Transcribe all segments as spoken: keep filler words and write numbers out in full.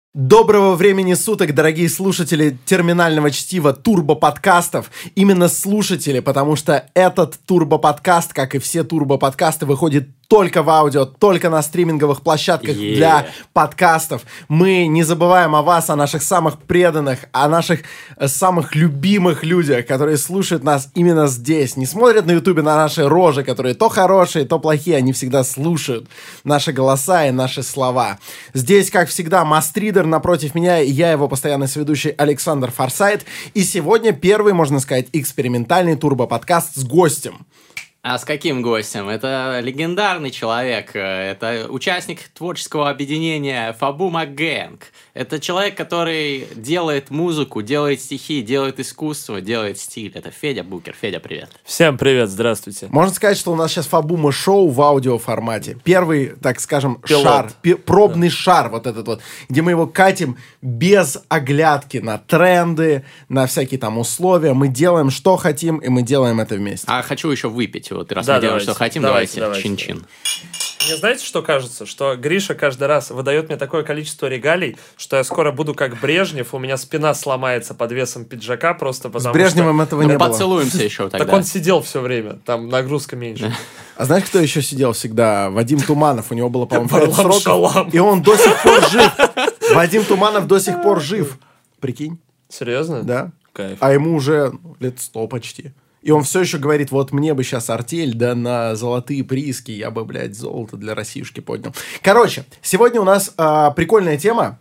Доброго времени суток, дорогие слушатели терминального чтива турбо-подкастов. Именно слушатели, потому что этот турбо-подкаст, как и все турбо-подкасты, выходит только в аудио, только на стриминговых площадках yeah. для подкастов. Мы не забываем о вас, о наших самых преданных, о наших самых любимых людях, которые слушают нас именно здесь. Не смотрят на ютубе на наши рожи, которые то хорошие, то плохие. Они всегда слушают наши голоса и наши слова. Здесь, как всегда, мастридер напротив меня, и я его постоянный соведущий Александр Форсайт. И сегодня первый, можно сказать, экспериментальный турбо-подкаст с гостем. А с каким гостем? Это легендарный человек, это участник творческого объединения Фабума Гэнг. Это человек, который делает музыку, делает стихи, делает искусство, делает стиль. Это Федя Букер. Федя, привет. Всем привет, здравствуйте. Можно сказать, что у нас сейчас Фабума шоу в аудиоформате. Первый, так скажем, Пилот. шар, пи- пробный да. шар вот этот вот, где мы его катим без оглядки на тренды, на всякие там условия. Мы делаем, что хотим, и мы делаем это вместе. А хочу еще выпить. Вот раз да, мы делаем, давайте. что хотим, давайте, давайте, давайте чин-чин. Мне знаете, что кажется? Что Гриша каждый раз выдает мне такое количество регалий, что я скоро буду как Брежнев, у меня спина сломается под весом пиджака просто потому что... С Брежневым что... этого ну, не было. Поцелуемся еще тогда. Так он сидел все время, там нагрузка меньше. А знаешь, кто еще сидел всегда? Вадим Туманов. У него было, по-моему, пять сроков. Шалам. И он до сих пор жив. Вадим Туманов до сих пор жив. Прикинь? Серьезно? Да. Кайф. А ему уже лет сто почти. И он все еще говорит, вот мне бы сейчас артель, да на золотые прииски я бы, блядь, золото для Россиюшки поднял. Короче, сегодня у нас э, прикольная тема.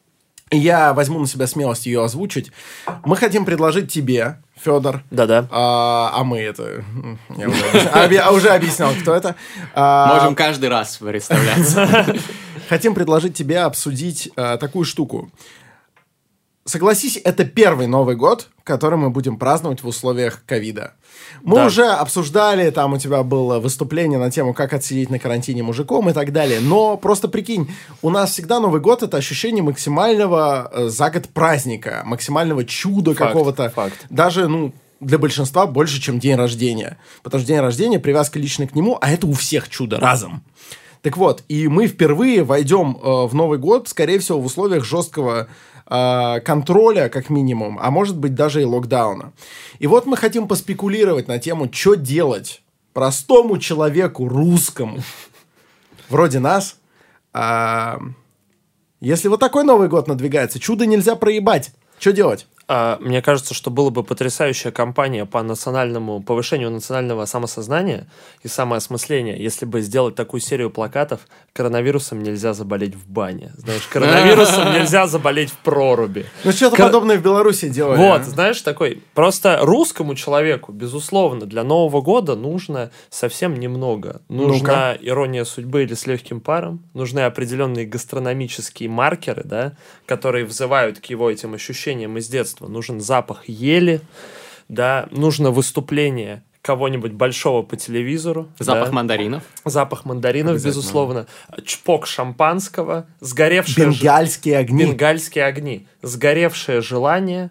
Я возьму на себя смелость ее озвучить. Мы хотим предложить тебе, Федор. Да-да. А, а мы это... Я уже, объяснял, уже объяснял, кто это. А, Можем каждый раз представляться. Хотим предложить тебе обсудить а, такую штуку. Согласись, это первый Новый год, который мы будем праздновать в условиях ковида. Мы да. уже обсуждали, там у тебя было выступление на тему, как отсидеть на карантине мужиком и так далее. Но просто прикинь, у нас всегда Новый год — это ощущение максимального э, за год праздника, максимального чуда факт, какого-то. Факт. Даже, ну, для большинства больше, чем день рождения. Потому что день рождения, привязка лично к нему, а это у всех чудо разом. Так вот, и мы впервые войдем э, в Новый год, скорее всего, в условиях жесткого э, контроля, как минимум, а может быть даже и локдауна. И вот мы хотим поспекулировать на тему, что делать простому человеку, русскому, вроде нас, э, если вот такой Новый год надвигается, чудо нельзя проебать. Что делать? А, мне кажется, что была бы потрясающая кампания по национальному повышению национального самосознания и самоосмысления, если бы сделать такую серию плакатов: коронавирусом нельзя заболеть в бане. Знаешь, коронавирусом нельзя заболеть в проруби. Ну, что-то подобное в Беларуси делали. Вот, знаешь, такой... Просто русскому человеку, безусловно, для Нового года нужно совсем немного. Нужна ирония судьбы или с легким паром, нужны определенные гастрономические маркеры, да, которые взывают к его этим ощущениям из детства. Нужен запах ели, да, нужно выступление кого-нибудь большого по телевизору. Запах да. мандаринов. Запах мандаринов, безусловно. Чпок шампанского, сгоревшие... Бенгальские ж... огни. Бенгальские огни. Сгоревшее желание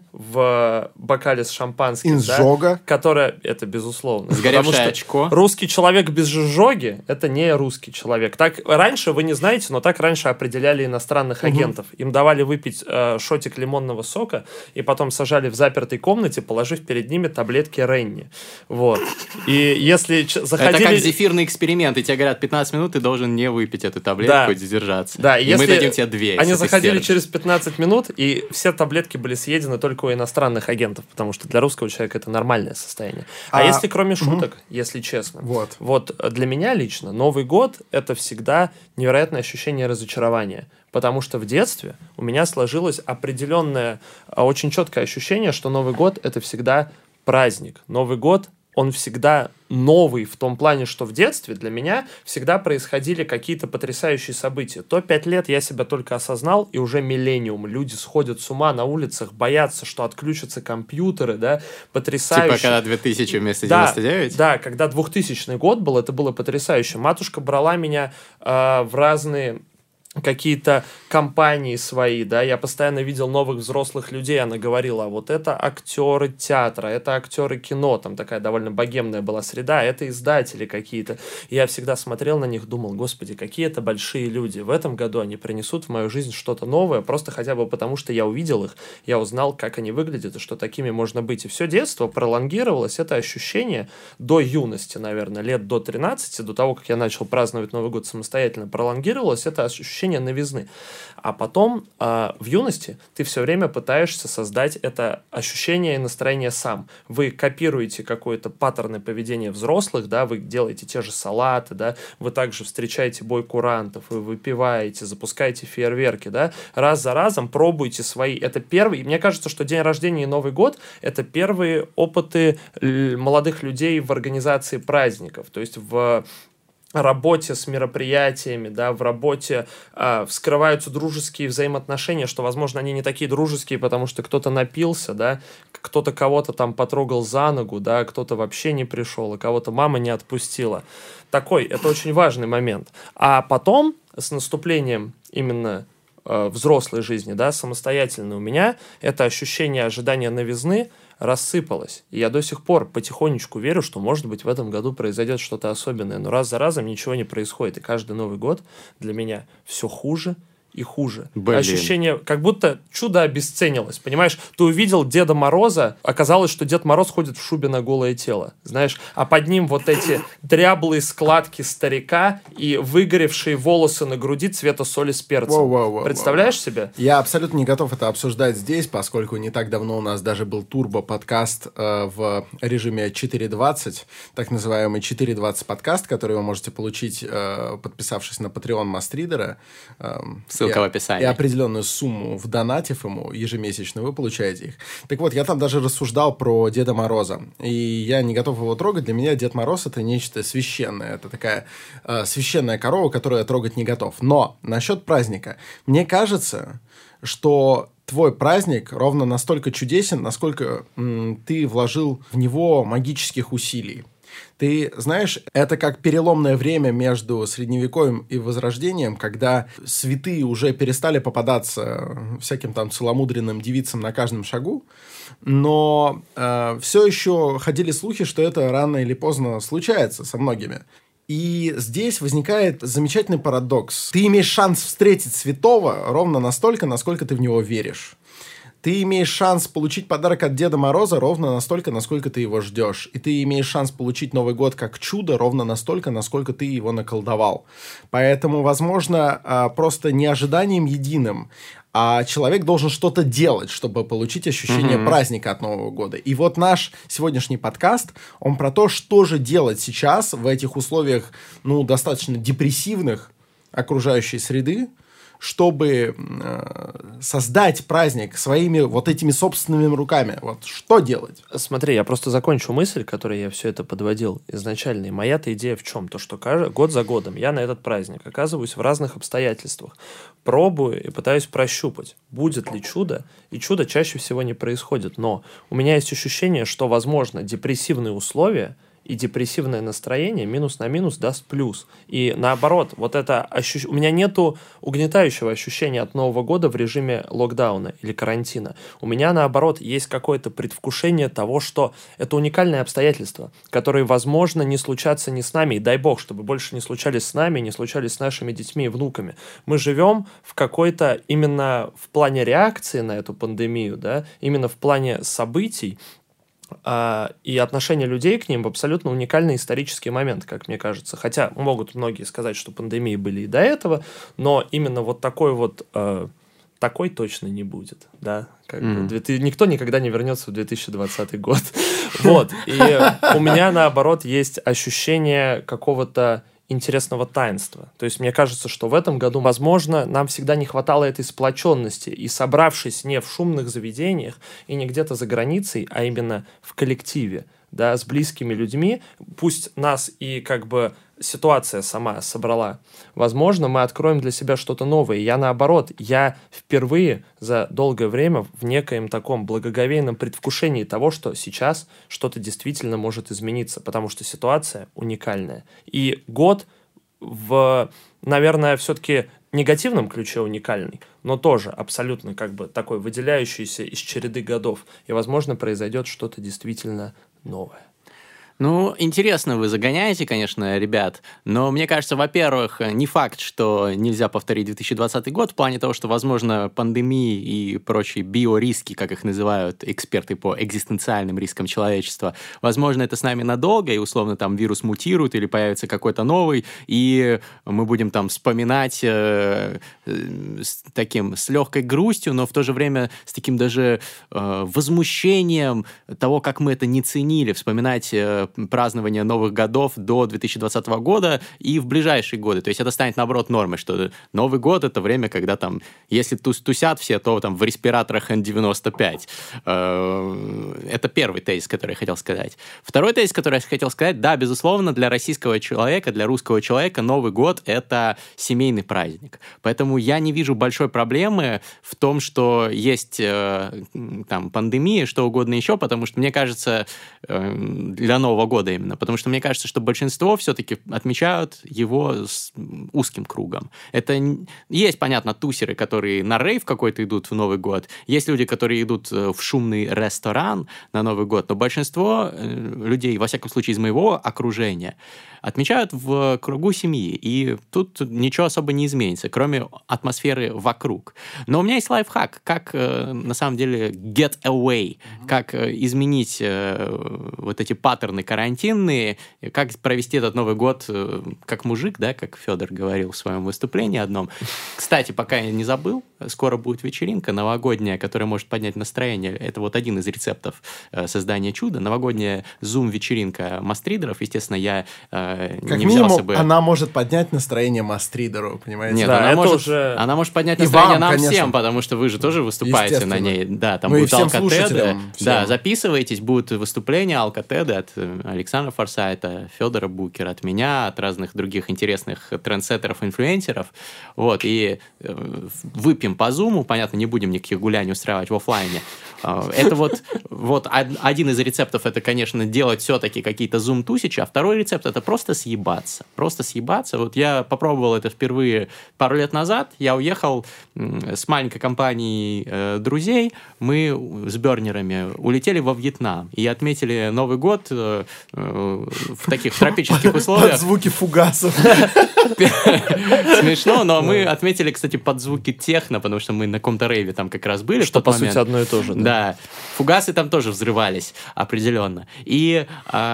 в бокале с шампанским. Изжога. Да, которое... Это безусловно. Сгоревшее очко. Русский человек без изжоги — это не русский человек. Так раньше, вы не знаете, но так раньше определяли иностранных угу. агентов. Им давали выпить э, шотик лимонного сока и потом сажали в запертой комнате, положив перед ними таблетки Ренни. Вот. И если заходили... Это как зефирный эксперимент, и тебе говорят, пятнадцать минут ты должен не выпить эту таблетку да. и задержаться. Да, и если мы дадим тебе две. Они заходили через пятнадцать минут, и все таблетки были съедены только у иностранных агентов, потому что для русского человека это нормальное состояние. А, а если кроме шуток, угу. если честно, вот. вот для меня лично Новый год — это всегда невероятное ощущение разочарования. Потому что в детстве у меня сложилось определенное, очень четкое ощущение, что Новый год — это всегда праздник. Новый год — он всегда новый в том плане, что в детстве для меня всегда происходили какие-то потрясающие события. То пять лет я себя только осознал, и уже миллениум. Люди сходят с ума на улицах, боятся, что отключатся компьютеры, да, потрясающе. Типа когда две тысячи вместо девяносто девять? Да, да, когда двухтысячный год был, это было потрясающе. Матушка брала меня э, в разные... какие-то компании свои, да, я постоянно видел новых взрослых людей, она говорила, а вот это актеры театра, это актеры кино, там такая довольно богемная была среда, это издатели какие-то. И я всегда смотрел на них, думал, господи, какие это большие люди. В этом году они принесут в мою жизнь что-то новое, просто хотя бы потому, что я увидел их, я узнал, как они выглядят и что такими можно быть. И все детство пролонгировалось, это ощущение до юности, наверное, лет до тринадцати, до того, как я начал праздновать Новый год самостоятельно, пролонгировалось это ощущение новизны. А потом э, в юности ты все время пытаешься создать это ощущение и настроение сам. Вы копируете какой-то паттерны поведения взрослых, да, вы делаете те же салаты, да, вы также встречаете бой курантов, вы выпиваете, запускаете фейерверки, да, раз за разом пробуете свои. Это первый, мне кажется, что день рождения и Новый год — это первые опыты молодых людей в организации праздников, то есть в работе с мероприятиями, да, в работе э, вскрываются дружеские взаимоотношения, что, возможно, они не такие дружеские, потому что кто-то напился, да, кто-то кого-то там потрогал за ногу, да, кто-то вообще не пришел, и кого-то мама не отпустила. Такой, это очень важный момент. А потом, с наступлением именно э, взрослой жизни, да, самостоятельно у меня, это ощущение ожидания новизны рассыпалось. И я до сих пор потихонечку верю, что, может быть, в этом году произойдет что-то особенное. Но раз за разом ничего не происходит. И каждый Новый год для меня все хуже и хуже. Блин. Ощущение, как будто чудо обесценилось. Понимаешь, ты увидел Деда Мороза, оказалось, что Дед Мороз ходит в шубе на голое тело. Знаешь, а под ним вот эти дряблые складки старика и выгоревшие волосы на груди цвета соли с перцем. Воу, воу, воу, Представляешь воу. себе? Я абсолютно не готов это обсуждать здесь, поскольку не так давно у нас даже был турбо-подкаст э, в режиме четыре двадцать, так называемый четыре двадцать подкаст, который вы можете получить, э, подписавшись на Patreon Мастридера. Э, Ссылка и, в описании. И определенную сумму вдонатив ему ежемесячно, вы получаете их. Так вот, я там даже рассуждал про Деда Мороза. И я не готов его трогать. Для меня Дед Мороз — это нечто священное. Это такая э, священная корова, которую я трогать не готов. Но насчет праздника. Мне кажется, что твой праздник ровно настолько чудесен, насколько м, ты вложил в него магических усилий. Ты знаешь, это как переломное время между Средневековьем и Возрождением, когда святые уже перестали попадаться всяким там целомудренным девицам на каждом шагу, но э, все еще ходили слухи, что это рано или поздно случается со многими. И здесь возникает замечательный парадокс. Ты имеешь шанс встретить святого ровно настолько, насколько ты в него веришь. Ты имеешь шанс получить подарок от Деда Мороза ровно настолько, насколько ты его ждешь. И ты имеешь шанс получить Новый год как чудо ровно настолько, насколько ты его наколдовал. Поэтому, возможно, просто не ожиданием единым, а человек должен что-то делать, чтобы получить ощущение mm-hmm. праздника от Нового года. И вот наш сегодняшний подкаст, он про то, что же делать сейчас в этих условиях, ну, достаточно депрессивных окружающей среды, чтобы э, создать праздник своими вот этими собственными руками. Вот что делать? Смотри, я просто закончу мысль, которой я все это подводил изначально. И моя-то идея в чем? То, что каждый, год за годом я на этот праздник оказываюсь в разных обстоятельствах. Пробую и пытаюсь прощупать, будет ли чудо. И чудо чаще всего не происходит. Но у меня есть ощущение, что, возможно, депрессивные условия и депрессивное настроение минус на минус даст плюс. И наоборот, вот это ощущение... У меня нету угнетающего ощущения от Нового года в режиме локдауна или карантина. У меня, наоборот, есть какое-то предвкушение того, что это уникальные обстоятельства, которые, возможно, не случатся ни с нами, и дай бог, чтобы больше не случались с нами, не случались с нашими детьми и внуками. Мы живем в какой-то, именно в плане реакции на эту пандемию, да, именно в плане событий, и отношение людей к ним в абсолютно уникальный исторический момент, как мне кажется. Хотя могут многие сказать, что пандемии были и до этого, но именно вот такой вот э, такой точно не будет, да. Как mm. бы, никто никогда не вернется в две тысячи двадцатый год. Вот. И у меня, наоборот, есть ощущение какого-то интересного таинства. То есть мне кажется, что в этом году, возможно, нам всегда не хватало этой сплоченности, и собравшись не в шумных заведениях и не где-то за границей, а именно в коллективе, да, с близкими людьми, пусть нас и как бы ситуация сама собрала, возможно, мы откроем для себя что-то новое. Я наоборот, я впервые за долгое время в некоем таком благоговейном предвкушении того, что сейчас что-то действительно может измениться, потому что ситуация уникальная. И год в, наверное, все-таки негативном ключе уникальный, но тоже абсолютно как бы такой выделяющийся из череды годов. И, возможно, произойдет что-то действительно новое. Ну, интересно вы загоняете, конечно, ребят, но мне кажется, во-первых, не факт, что нельзя повторить две тысячи двадцатый год в плане того, что, возможно, пандемии и прочие биориски, как их называют эксперты по экзистенциальным рискам человечества, возможно, это с нами надолго, и, условно, там вирус мутирует или появится какой-то новый, и мы будем там вспоминать э, э, с таким, с легкой грустью, но в то же время с таким даже э, возмущением того, как мы это не ценили, вспоминать э, празднование новых годов до две тысячи двадцатого года и в ближайшие годы. То есть это станет, наоборот, нормой, что Новый год — это время, когда там, если тус тусят все, то там в респираторах эн девяносто пять. Это первый тезис, который я хотел сказать. Второй тезис, который я хотел сказать, да, безусловно, для российского человека, для русского человека Новый год — это семейный праздник. Поэтому я не вижу большой проблемы в том, что есть там пандемия, что угодно еще, потому что, мне кажется, для Нового года именно, потому что мне кажется, что большинство все-таки отмечают его с узким кругом. Это есть, понятно, тусеры, которые на рейв какой-то идут в Новый год, есть люди, которые идут в шумный ресторан на Новый год, но большинство людей, во всяком случае из моего окружения, отмечают в кругу семьи, и тут ничего особо не изменится, кроме атмосферы вокруг. Но у меня есть лайфхак, как на самом деле get away, mm-hmm. как изменить вот эти паттерны карантинные, как провести этот Новый год как мужик, да, как Федор говорил в своем выступлении одном. Кстати, пока я не забыл, скоро будет вечеринка новогодняя, которая может поднять настроение. Это вот один из рецептов создания чуда. Новогодняя зум-вечеринка мастридеров. Естественно, я э, как не минимум, взялся бы... она может поднять настроение мастридеру, понимаете? Нет, да, она, может, уже... она может поднять И настроение вам, нам конечно. всем, потому что вы же тоже выступаете на ней. Да, там ну будут алкотеды. Да, всем. записывайтесь, будут выступления, алкотеды от Александра Форсайта, Федора Букера, от меня, от разных других интересных трендсеттеров, инфлюенсеров. Вот, и э, выпьем по зуму, понятно, не будем никаких гуляний устраивать в офлайне. Э, это вот, вот один из рецептов, это, конечно, делать все-таки какие-то зум-тусичи, а второй рецепт — это просто съебаться. Просто съебаться. Вот я попробовал это впервые пару лет назад. Я уехал с маленькой компанией э, друзей. Мы с бернерами улетели во Вьетнам и отметили Новый год э, э, в таких тропических условиях. Под звуки фугасов. Смешно, но мы отметили, кстати, под звуки техно, потому что мы на каком-то рейве там как раз были. Что, по сути, одно и то же. Да. Фугасы там тоже взрывались, определенно. И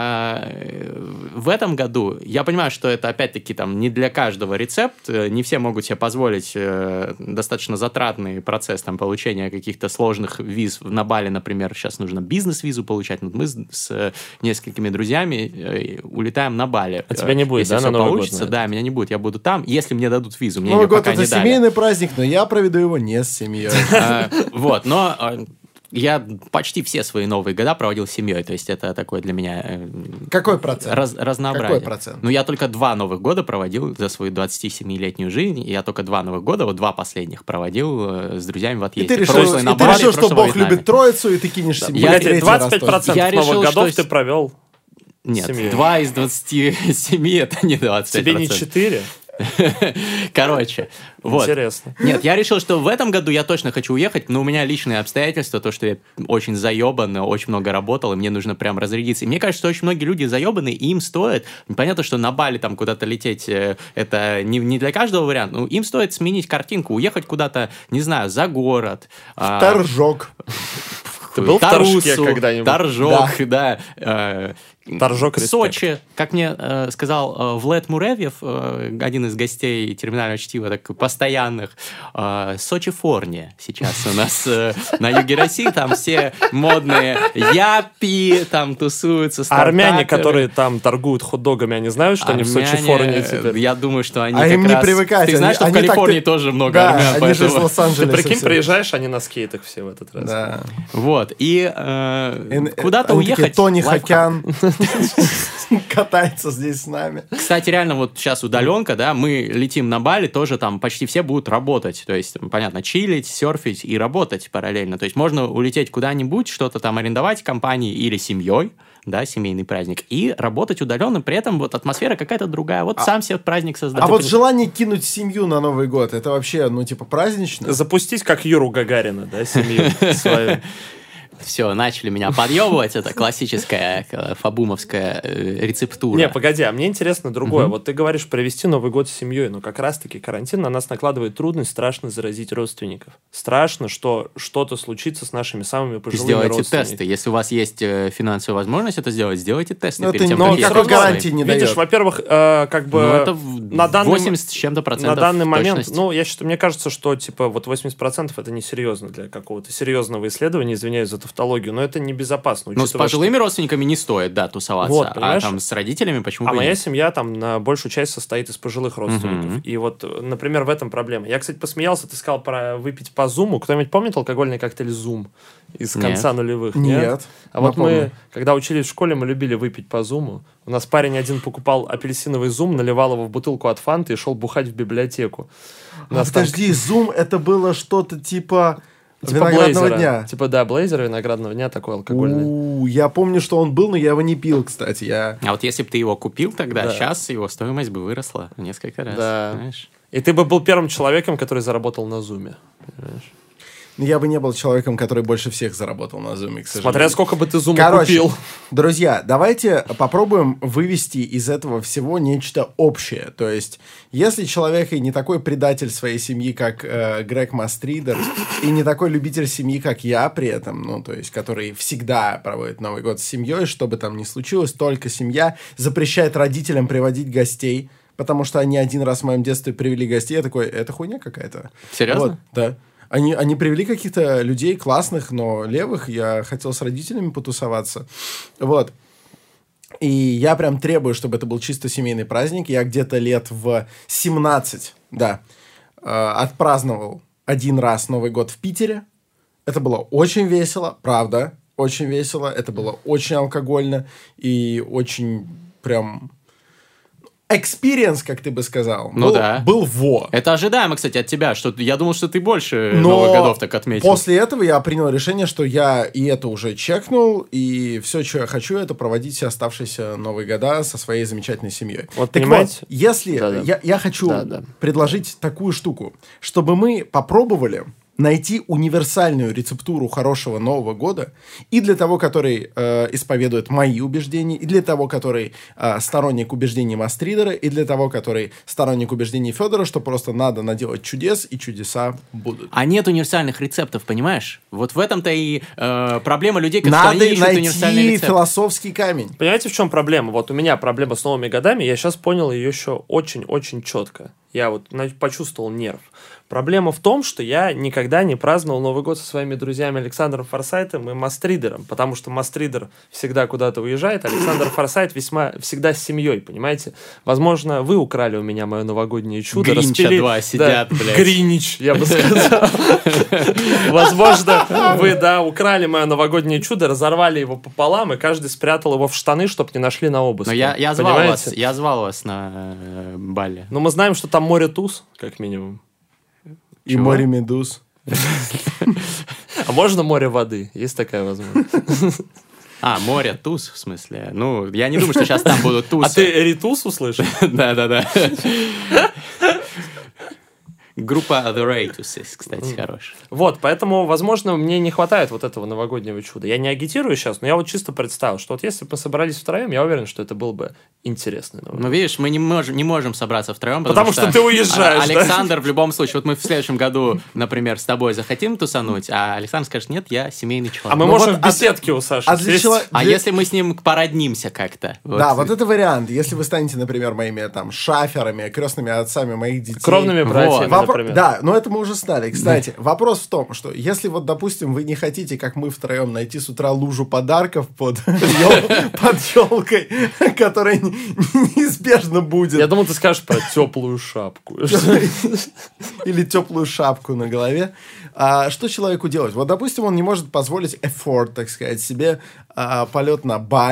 в этом году, я понимаю, что это, опять-таки, там не для каждого рецепт, не все могут себе позволить достаточно затратный процесс там получения каких-то сложных виз на Бали, например. Сейчас нужно бизнес-визу получать. Мы с несколькими друзьями улетаем на Бали. А тебя не будет, если да, все на Новый получится, год? Да, меня не будет. Я буду там, если мне дадут визу. Мне Новый год — пока это не дали. семейный праздник, но я проведу его не с семьей. А, Вот, но а, я почти все свои новые года проводил с семьей, то есть это такое для меня э, Какой процент? раз- разнообразие. Какой процент? Ну, я только два новых года проводил за свою двадцатисемилетнюю жизнь, и я только два новых года, вот два последних проводил э, с друзьями в И отъезде. ты решил, Прошлый и на ты Бали, решил, что прошлый во Бог Вьетнаме. любит троицу, и ты кинешь Да. семью. Я- в третий двадцать пять раз процентов Я решил, новых что годов с- ты провел. Нет, семьей. два из двадцати семи это не двадцать пять Тебе не процентов. четыре? Короче, вот. Интересно. Нет, я решил, что в этом году я точно хочу уехать, но у меня личные обстоятельства, то, что я очень заебан, очень много работал, и мне нужно прям разрядиться. И мне кажется, что очень многие люди заебаны, и им стоит, понятно, что на Бали там куда-то лететь, э, это не, не для каждого варианта, но им стоит сменить картинку, уехать куда-то, не знаю, за город. а, Торжок. Ты был в Тарусу, Торжке когда-нибудь? Торжок, да. э, Торжок, респект. Сочи, как мне э, сказал э, Влад Муравьев, э, один из гостей терминального чтива, так, постоянных, э, Сочи-Форния сейчас у нас э, на юге России, там все модные япи, там тусуются, А армяне, стартаперы. которые там торгуют хот-догами, они знают, что они в Армяне, Сочи-Форне теперь? Я думаю, что они А как им не раз... привыкать, Ты знаешь, они- что в они так-то- Калифорнии тоже много Да, армян, они же из поэтому... Ты Лос-Анджелеса. прикинь, все. приезжаешь, они на скейтах все в этот раз. Да. Вот, и э, Эн- куда-то они такие, уехать... Тони лайфхак. Хокян. катается здесь с нами. Кстати, реально, вот сейчас удаленка, да, мы летим на Бали, тоже там почти все будут работать. То есть, понятно, чилить, серфить и работать параллельно. То есть можно улететь куда-нибудь, что-то там арендовать компании или семьей, да, семейный праздник, и работать удаленно, при этом вот атмосфера какая-то другая. Вот а, сам себе праздник создать. А вот желание кинуть семью на Новый год, это вообще, ну, типа, празднично? Запустить, как Юру Гагарина, да, семью свою. Все, начали меня подъебывать, это классическая фабумовская рецептура. Не, погоди, а мне интересно другое. Вот ты говоришь провести Новый год с семьей, но как раз-таки карантин на нас накладывает трудность, страшно заразить родственников. Страшно, что что-то случится с нашими самыми пожилыми Сделайте родственниками. тесты. Если у вас есть финансовая возможность это сделать, сделайте тесты. Но перед это тем, как никакой гарантии не Видишь, дает. во-первых, э, как бы... Ну, это на данный, восемьдесят с чем-то процентов на данный момент, точность. ну, я считаю, мне кажется, что, типа, вот восемьдесят процентов это несерьезно для какого-то серьезного исследования, извиняюсь за тавтологию, но это небезопасно. Ну, с пожилыми что... родственниками не стоит, да, тусоваться. Вот, а там с родителями почему а бы моя нет? семья там на большую часть состоит из пожилых родственников. Uh-huh. И вот, например, в этом проблема. Я, кстати, посмеялся, ты сказал про выпить по зуму. Кто-нибудь помнит алкогольный коктейль Zoom из конца нет. нулевых? Нет. Нет. А вот помню. мы, когда учились в школе, мы любили выпить по зуму. У нас парень один покупал апельсиновый зум, наливал его в бутылку от фанты и шел бухать в библиотеку. А, подожди, там... зум это было что-то типа... Типа виноградного блейзера. дня. Типа, да, блейзер виноградного дня такой алкогольный. У-у-у, я помню, что он был, но я его не пил, кстати. Я... А вот если бы ты его купил тогда, да. сейчас его стоимость бы выросла в несколько раз. Да. Знаешь? И ты бы был первым человеком, который заработал на зуме. Понимаешь? Я бы не был человеком, который больше всех заработал на зуме, к сожалению. Смотря сколько бы ты зума Короче, купил. Друзья, давайте попробуем вывести из этого всего нечто общее. То есть, если человек и не такой предатель своей семьи, как э, Грег Мастридер, и не такой любитель семьи, как я при этом, ну, то есть, который всегда проводит Новый год с семьей, что бы там ни случилось, только семья, запрещает родителям приводить гостей, потому что они один раз в моем детстве привели гостей, я такой, это хуйня какая-то. Серьезно? Вот, да. Они, они привели каких-то людей классных, но левых. Я хотел с родителями потусоваться. Вот. И я прям требую, чтобы это был чисто семейный праздник. Я где-то лет в семнадцать, да, э, отпраздновал один раз Новый год в Питере. Это было очень весело, правда, очень весело. Это было очень алкогольно и очень прям... Experience, как ты бы сказал, ну, был, да. был во. Это ожидаемо, кстати, от тебя. Что я думал, что ты больше Но Новых годов так отметил. После этого я принял решение, что я и это уже чекнул, и все, что я хочу, это проводить все оставшиеся Новые года со своей замечательной семьей. Вот, так понимаете? вот, если да, да. Я, я хочу да, да. предложить такую штуку, чтобы мы попробовали найти универсальную рецептуру хорошего Нового года и для того, который э, исповедует мои убеждения, и для того, который э, сторонник убеждений Мастридера, и для того, который сторонник убеждений Федора, что просто надо наделать чудес, и чудеса будут. А нет универсальных рецептов, понимаешь? Вот в этом-то и э, проблема людей, которые надо ищут универсальный найти рецепт. философский камень. Понимаете, в чем проблема? Вот у меня проблема с Новыми годами, я сейчас понял ее еще очень-очень четко. Я вот почувствовал нерв. Проблема в том, что я никогда не праздновал Новый год со своими друзьями Александром Форсайтом и Мастридером, потому что Мастридер всегда куда-то уезжает, Александр Форсайт весьма всегда с семьей, понимаете? Возможно, вы украли у меня мое новогоднее чудо. Гринча распили... два сидят, да, блядь. Гринич, я бы сказал. Возможно, вы, да, украли мое новогоднее чудо, разорвали его пополам, и каждый спрятал его в штаны, чтобы не нашли на обыск. Но я, я, звал вас, я звал вас на э, Бали. Но мы знаем, что там море туз, как минимум. И Чего? Море медуз. А можно море воды? Есть такая возможность. А, море туз, в смысле. Ну, я не думаю, что сейчас там будут тусы. А ты ритус услышал? Да-да-да. Группа The Ratuses, кстати, хорошая. Вот, поэтому, возможно, мне не хватает вот этого новогоднего чуда. Я не агитирую сейчас, но я вот чисто представил, что вот если бы мы собрались втроем, я уверен, что это был бы интересный Новый год. Ну, видишь, мы не можем, не можем собраться втроем, потому, потому что, что ты уезжаешь, Александр да? в любом случае, вот мы в следующем году, например, с тобой захотим тусануть, а Александр скажет, нет, я семейный человек. А мы ну можем вот, в беседке а, у Саши а, для чело... а для... если мы с ним породнимся как-то? Вот. Да, вот это вариант. Если вы станете, например, моими там шаферами, крестными отцами моих детей. Кровными братьями, вот. например. Да, но это мы уже стали. Кстати, вопрос в том, что если вот, допустим, вы не хотите, как мы втроем, найти с утра лужу подарков под елкой, которая неизбежно будет. Я думал, ты скажешь про теплую шапку. Или теплую шапку на голове. А что человеку делать? Вот, допустим, он не может позволить afford, так сказать, себе а, полет на Бали.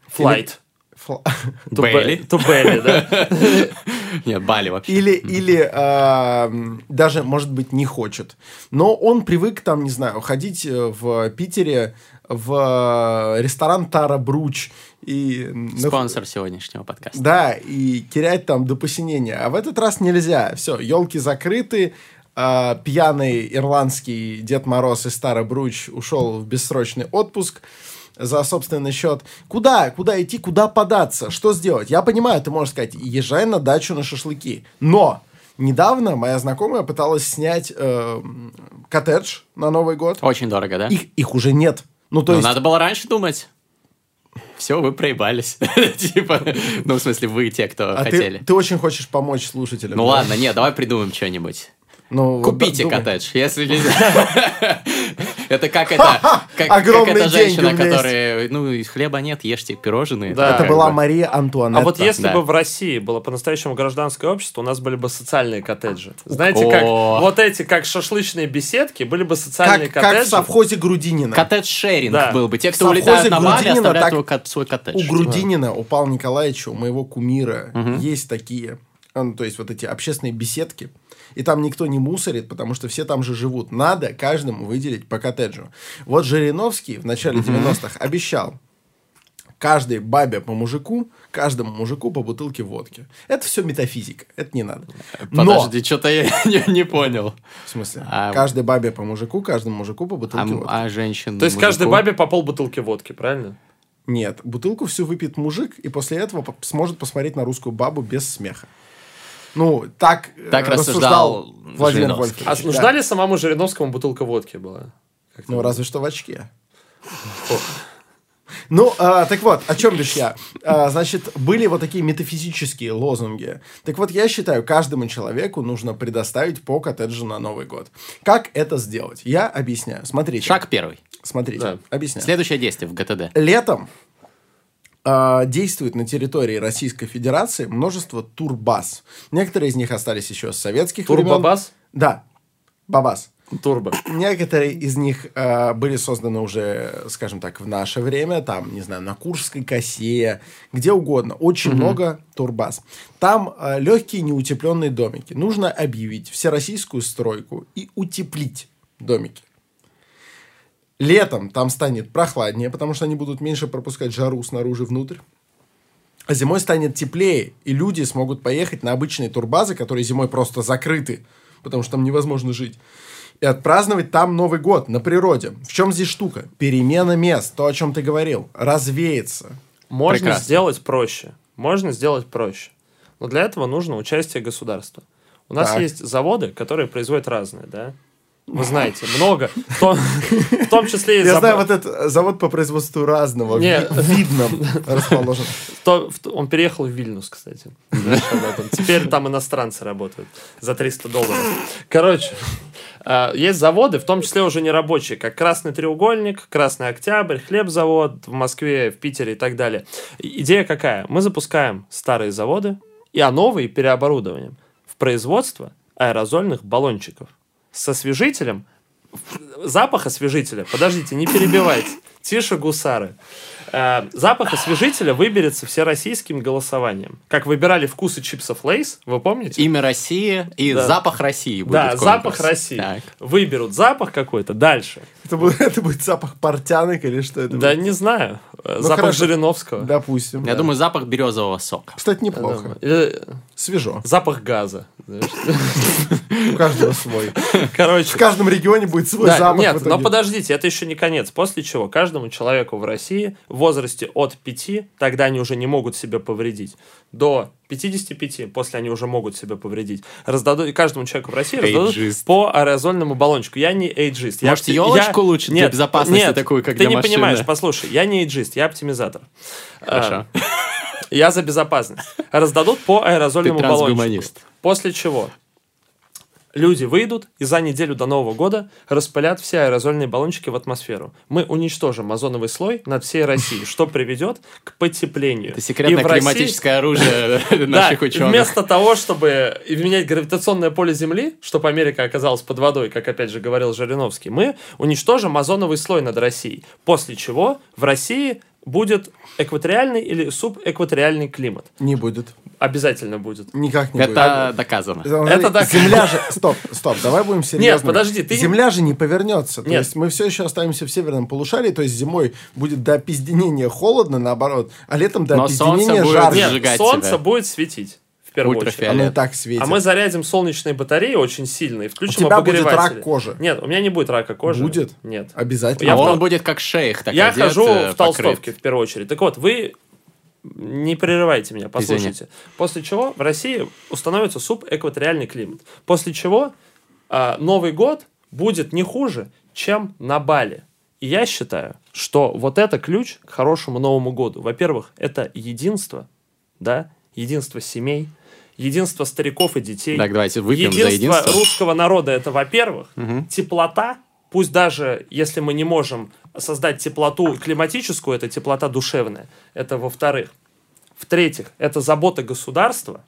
Flight. Фла- To Белли. be- to belly, да? Нет, Бали вообще. Или, или э, даже, может быть, не хочет. Но он привык, там, не знаю, ходить в Питере в ресторан Тара Бруч. И, Спонсор сегодняшнего подкаста. да, и терять там до посинения. А в этот раз нельзя. Все, елки закрыты. Э, пьяный ирландский Дед Мороз из Тара Бруч ушел в бессрочный отпуск за собственный счет. Куда? Куда идти? Куда податься? Что сделать? Я понимаю, ты можешь сказать, езжай на дачу на шашлыки. Но недавно моя знакомая пыталась снять э, коттедж на Новый год. Очень дорого, да? Их, их уже нет. Ну, то Ну, есть... надо было раньше думать. Все, вы проебались. Типа, ну, в смысле, вы те, кто а хотели. ты, ты очень хочешь помочь слушателям. Ну да? ладно, нет, давай придумаем что-нибудь. Ну, вот Купите думай. коттедж, если нельзя. Это как это, как, как Огромные эта женщина, деньги у меня которая, ну, и хлеба нет, ешьте пирожные. Да. Это Как была бы. Мария Антуанетта. А вот если Да. бы в России было по-настоящему гражданское общество, у нас были бы социальные коттеджи. Знаете, как О. вот эти, как шашлычные беседки, были бы социальные как, как в коттеджи. совхозе Грудинина. Коттедж-шеринг Да. был бы. Те, В кто совхозе улетают на Бали, Грудинина оставляют так- его кот- свой коттедж. У Грудинина, у Павла Николаевича, у моего кумира, есть такие, ну, то есть вот эти общественные беседки, и там никто не мусорит, потому что все там же живут. Надо каждому выделить по коттеджу. Вот Жириновский в начале девяностых обещал каждой бабе по мужику, каждому мужику по бутылке водки. Это все метафизика, это не надо. Но, Подожди, что-то я не, не понял. в смысле, А- каждой бабе по мужику, каждому мужику по А, бутылке водки. а женщин То есть мужику? каждой бабе по полбутылки водки, правильно? Нет, бутылку всю выпьет мужик, и после этого по- сможет посмотреть на русскую бабу без смеха. Ну, так, э, Так рассуждал рассуждал Владимир Жириновский. А Вольфович. нужна Да. ли самому Жириновскому бутылка водки была? Как-то- Ну, разве что в очке. Ну, а, так вот, о чем бишь я? А, значит, были вот такие метафизические лозунги. Так вот, я считаю, каждому человеку нужно предоставить по коттеджу на Новый год. Как это сделать? Я объясняю. Смотрите. Шаг первый. Смотрите, Да. объясняю. Следующее действие в ГТД. Летом а, действует на территории Российской Федерации множество турбаз. Некоторые из них остались еще с советских времен. Турбобас? Да, бабас. Турбо. Некоторые из них э, были созданы уже, скажем так, в наше время, там, не знаю, на Куршской косе, где угодно. Очень много турбаз. Там э, легкие неутепленные домики. Нужно объявить всероссийскую стройку и утеплить домики. Летом там станет прохладнее, потому что они будут меньше пропускать жару снаружи внутрь. А зимой станет теплее, и люди смогут поехать на обычные турбазы, которые зимой просто закрыты, потому что там невозможно жить. И отпраздновать там Новый год на природе. В чем здесь штука? Перемена мест, то, о чем ты говорил, развеется. Можно Прекрасно. сделать проще. Можно сделать проще. Но для этого нужно участие государства. У нас Так. есть заводы, которые производят разное, да? Вы знаете, много. В том, в том числе и Я заб- знаю, вот этот завод по производству разного, Не. ви- видном расположен. то- в- он переехал в Вильнюс, кстати. Знаешь об этом? Теперь там иностранцы работают за триста долларов. Короче, а, есть заводы, в том числе уже не рабочие, как Красный треугольник, Красный Октябрь, хлебзавод в Москве, в Питере и так далее. И- Идея какая? Мы запускаем старые заводы, и а новые переоборудованием в производство аэрозольных баллончиков с освежителем, запах освежителя, подождите, не перебивайте, тише, гусары. Э, запах освежителя выберется всероссийским голосованием. Как выбирали вкусы чипсов Лейс, вы помните? Имя России и Да. запах России будет Да, конкурс. запах России. Так. Выберут запах какой-то. Дальше. Это будет, это будет запах портянок или что это Да будет? не знаю. Э, Ну, запах хорошо. Жириновского. Допустим. Я да. думаю, запах березового сока. Кстати, неплохо. Или Свежо. запах газа. знаешь. У каждого свой. Короче. В каждом регионе будет свой Да, запах. нет, в итоге. но подождите, это еще не конец. После чего каждому человеку в России в возрасте от пяти, тогда они уже не могут себя повредить, до пятидесяти пяти, после они уже могут себя повредить, раздадут, и каждому человеку в России раздадут Эйджист. по аэрозольному баллончику. Я не эйджист. Я Может, опти- елочку я- лучше для нет, безопасности нет, такую, как ты для не машины? понимаешь, послушай, я не эйджист, я оптимизатор. Хорошо. А, Я за безопасность. Раздадут по аэрозольному Ты баллончику. трансгуманист. После чего люди выйдут и за неделю до Нового года распылят все аэрозольные баллончики в атмосферу. Мы уничтожим озоновый слой над всей Россией, что приведет к потеплению. Это секретное И в России- климатическое оружие Да, наших ученых. вместо того, чтобы менять гравитационное поле Земли, чтобы Америка оказалась под водой, как опять же говорил Жириновский, мы уничтожим озоновый слой над Россией. После чего в России будет экваториальный или субэкваториальный климат? Не будет. Обязательно будет. Никак не Это будет. доказано. Это доказано. Земля же... Стоп, стоп, давай будем серьезными. Нет, подожди, ты... Земля же не повернется. То Нет. есть мы все еще останемся в северном полушарии, то есть зимой будет до опизденения холодно, наоборот, а летом до Но опизденения солнце будет жарко. Нет, сжигать солнце тебя. будет светить. В первую очередь. Ультрафиолет. Оно и так светит. А мы зарядим солнечные батареи очень сильно и У включим тебя будет обогреватели. рак кожи. Нет, у меня не будет рака кожи. Будет? Нет. Обязательно. Я А в он тол- будет как шейх, так Я одет, хожу э, в толстовке покрыт. в первую очередь. Так вот, вы не прерывайте меня, послушайте. После чего в России установится субэкваториальный климат. После чего а, Новый год будет не хуже, чем на Бали. И я считаю, что вот это ключ к хорошему Новому году. Во-первых, это единство, да, единство семей, единство стариков и детей. Так, давайте выпьем единство за единство. русского народа, это, во-первых, Мгм. теплота, пусть даже если мы не можем создать теплоту климатическую, это теплота душевная, это во-вторых. В-третьих, это забота государства,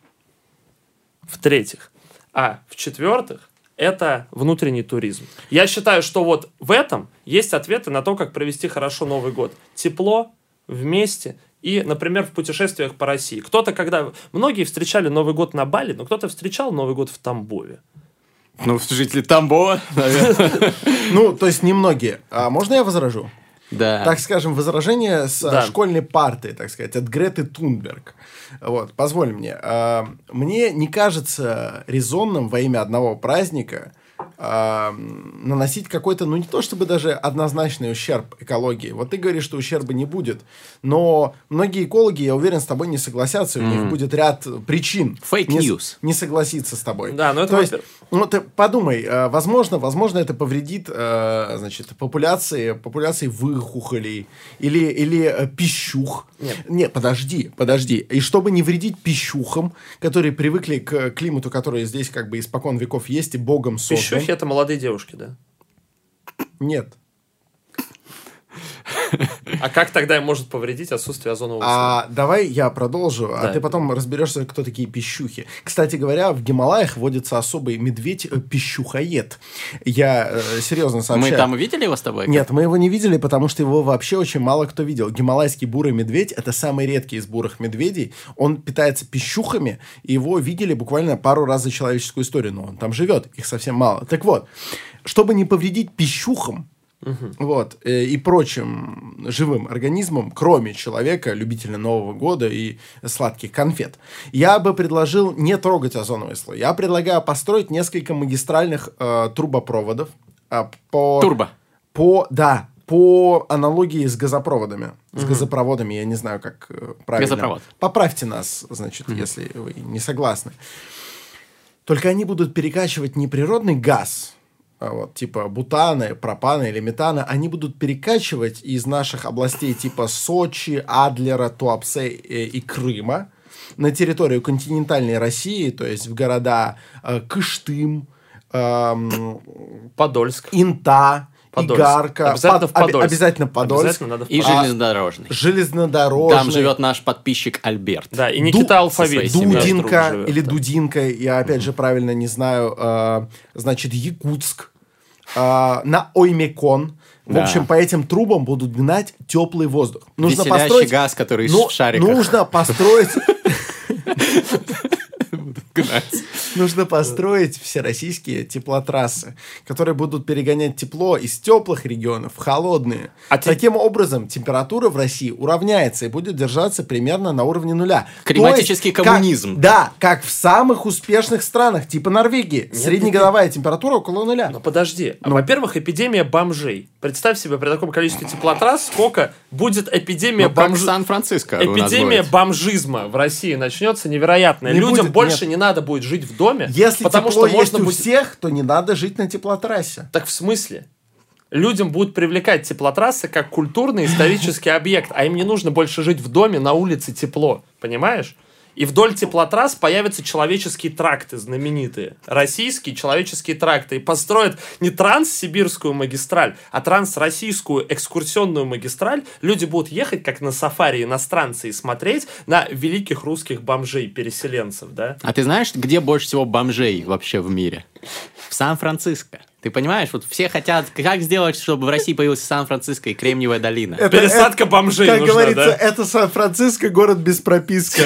в-третьих. А в-четвертых, это внутренний туризм. Я считаю, что вот в этом есть ответы на то, как провести хорошо Новый год. Тепло, вместе и, например, в путешествиях по России. Кто-то, когда... Многие встречали Новый год на Бали, но кто-то встречал Новый год в Тамбове. Ну, жители Тамбова, наверное. Ну, то есть немногие. А можно я возражу? Да. Так скажем, возражение с Да. школьной парты, так сказать, от Греты Тунберг. Вот, позволь мне. А, мне не кажется резонным во имя одного праздника а, наносить какой-то, ну не то чтобы даже однозначный ущерб экологии. Вот ты говоришь, что ущерба не будет, но многие экологи, я уверен, с тобой не согласятся, у них будет ряд причин Fake не, news. не согласиться с тобой. Да, но это То есть, во-первых. ну ты подумай, э, возможно, возможно, это повредит, э, значит, популяции, популяции выхухолей или, или э, пищух. Нет. Нет, подожди, подожди. И чтобы не вредить пищухам, которые привыкли к климату, который здесь как бы испокон веков есть и Богом создан. Пищухи — это молодые девушки, да? Нет. А как тогда им может повредить отсутствие озонового слоя? А давай я продолжу, а Да. ты потом разберешься, кто такие пищухи. Кстати говоря, в Гималаях водится особый медведь-пищухоед. Я э, серьезно Мы сообщаю. там видели его с тобой? Нет, мы его не видели, потому что его вообще очень мало кто видел. Гималайский бурый медведь – это самый редкий из бурых медведей. Он питается пищухами, и его видели буквально пару раз за человеческую историю. Но он там живет, их совсем мало. Так вот, чтобы не повредить пищухам, вот, э, и прочим живым организмам, кроме человека, любителя Нового года и сладких конфет, я бы предложил не трогать озоновый слой. Я предлагаю построить несколько магистральных э, трубопроводов э, по... Турбо. По, да, по аналогии с газопроводами. С газопроводами, я не знаю, как э, правильно. Газопровод. Поправьте нас, значит, если вы не согласны. Только они будут перекачивать не природный газ, а вот, типа бутана, пропана или метана, они будут перекачивать из наших областей типа Сочи, Адлера, Туапсе и, и Крыма на территорию континентальной России, то есть в города э, Кыштым, эм, Подольск. Инта, Подольск. Игарка. Обязательно в Под- Подольск. Обязательно Подольск. Обязательно надо в И Подольск. железнодорожный. Железнодорожный. Там живет наш подписчик Альберт. Да, и Ду- Никита со Алфавит. своей семьей. Дудинка Живет, или да. Дудинка, я опять же правильно не знаю, э, значит, Якутск, э, на Оймекон. В Да. общем, по этим трубам будут гнать теплый воздух. Нужно Веселящий построить... газ, который Ну, в шариках. нужно построить... гнать. Нужно построить всероссийские теплотрассы, которые будут перегонять тепло из теплых регионов в холодные. А те- Таким образом, температура в России уравняется и будет держаться примерно на уровне нуля. Климатический То есть, как- коммунизм. да, как в самых успешных странах, типа Норвегии. Среднегодовая температура около нуля. Но подожди. Во-первых, эпидемия бомжей. Представь себе, при таком количестве теплотрасс, сколько будет эпидемия Ну, как бомжей. Сан-Франциско у нас Эпидемия будет. бомжизма в России начнется невероятная. Не Людям будет, больше нет. не надо будет жить в доме, Если потому тепло что есть можно у будет... всех, то не надо жить на теплотрассе. Так в смысле? Людям будут привлекать теплотрассы как культурный исторический объект, а им не нужно больше жить в доме, на улице тепло, понимаешь? И вдоль теплотрасс появятся человеческие тракты знаменитые. Российские человеческие тракты. И построят не транссибирскую магистраль, а трансроссийскую экскурсионную магистраль. Люди будут ехать, как на сафари иностранцы, и смотреть на великих русских бомжей-переселенцев, да? А ты знаешь, где больше всего бомжей вообще в мире? В Сан-Франциско. Ты понимаешь, вот все хотят, как сделать, чтобы в России появился Сан-Франциско и Кремниевая долина. Это, Пересадка это, бомжей Как нужна, говорится, да? это Сан-Франциско, город без прописки.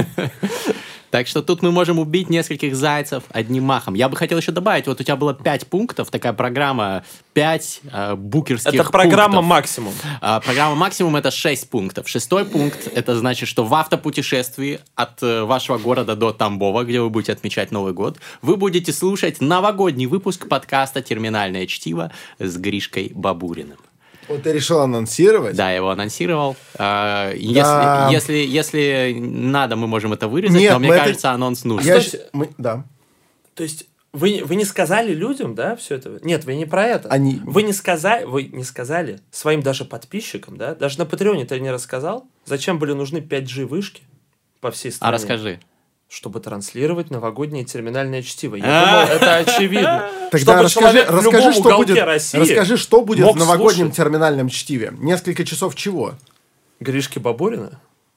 Так что тут мы можем убить нескольких зайцев одним махом. Я бы хотел еще добавить, вот у тебя было пять пунктов, такая программа, пять э, букерских пунктов. Это программа пунктов. Максимум. А, программа максимум — это шесть пунктов. Шестой пункт — это значит, что в автопутешествии от э, вашего города до Тамбова, где вы будете отмечать Новый год, вы будете слушать новогодний выпуск подкаста «Терминальное чтиво» с Гришкой Бабуриным. Вот ты решил анонсировать? Да, я его анонсировал. А, да. Если, если, если надо, мы можем это вырезать, Нет, но мне это... кажется, анонс нужен. Я... Кстати, мы... Да. То есть вы, вы не сказали людям, да, все это? Нет, вы не про это. Они... Вы не сказали, вы не сказали своим даже подписчикам, да? Даже на Патреоне ты не рассказал, зачем были нужны пять джи вышки по всей стране? А расскажи. Чтобы транслировать новогоднее терминальное чтиво. Я думал, это очевидно. Тогда расскажи, расскажи, что будет, России расскажи, что будет в новогоднем слушать. терминальном чтиве. Несколько часов чего? Гришки Бабурина?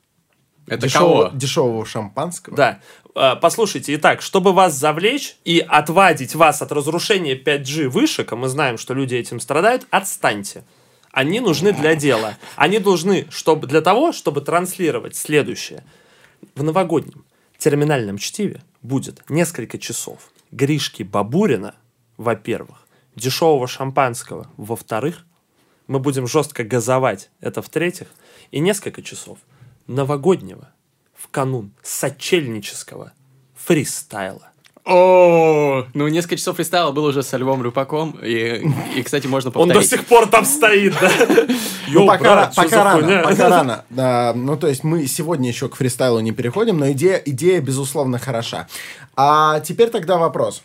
Это дешевого, кого? Дешевого шампанского? Да. Послушайте, итак, чтобы вас завлечь и отвадить вас от разрушения пять джи вышек, а мы знаем, что люди этим страдают, отстаньте. Они нужны для дела. Они должны чтобы, для того, чтобы транслировать следующее. В новогоднем терминальном чтиве будет несколько часов Гришки Бабурина, во-первых, дешевого шампанского, во-вторых, мы будем жестко газовать, это в-третьих, и несколько часов новогоднего, в канун сочельнического фристайла. О, ну несколько часов фристайла был уже со Львом Рыпаком, и, и, кстати, можно повторить. Он до сих пор там стоит, да? Ну, пока рано, пока рано. Ну, то есть мы сегодня еще к фристайлу не переходим, но идея, идея безусловно, хороша. А теперь тогда вопрос.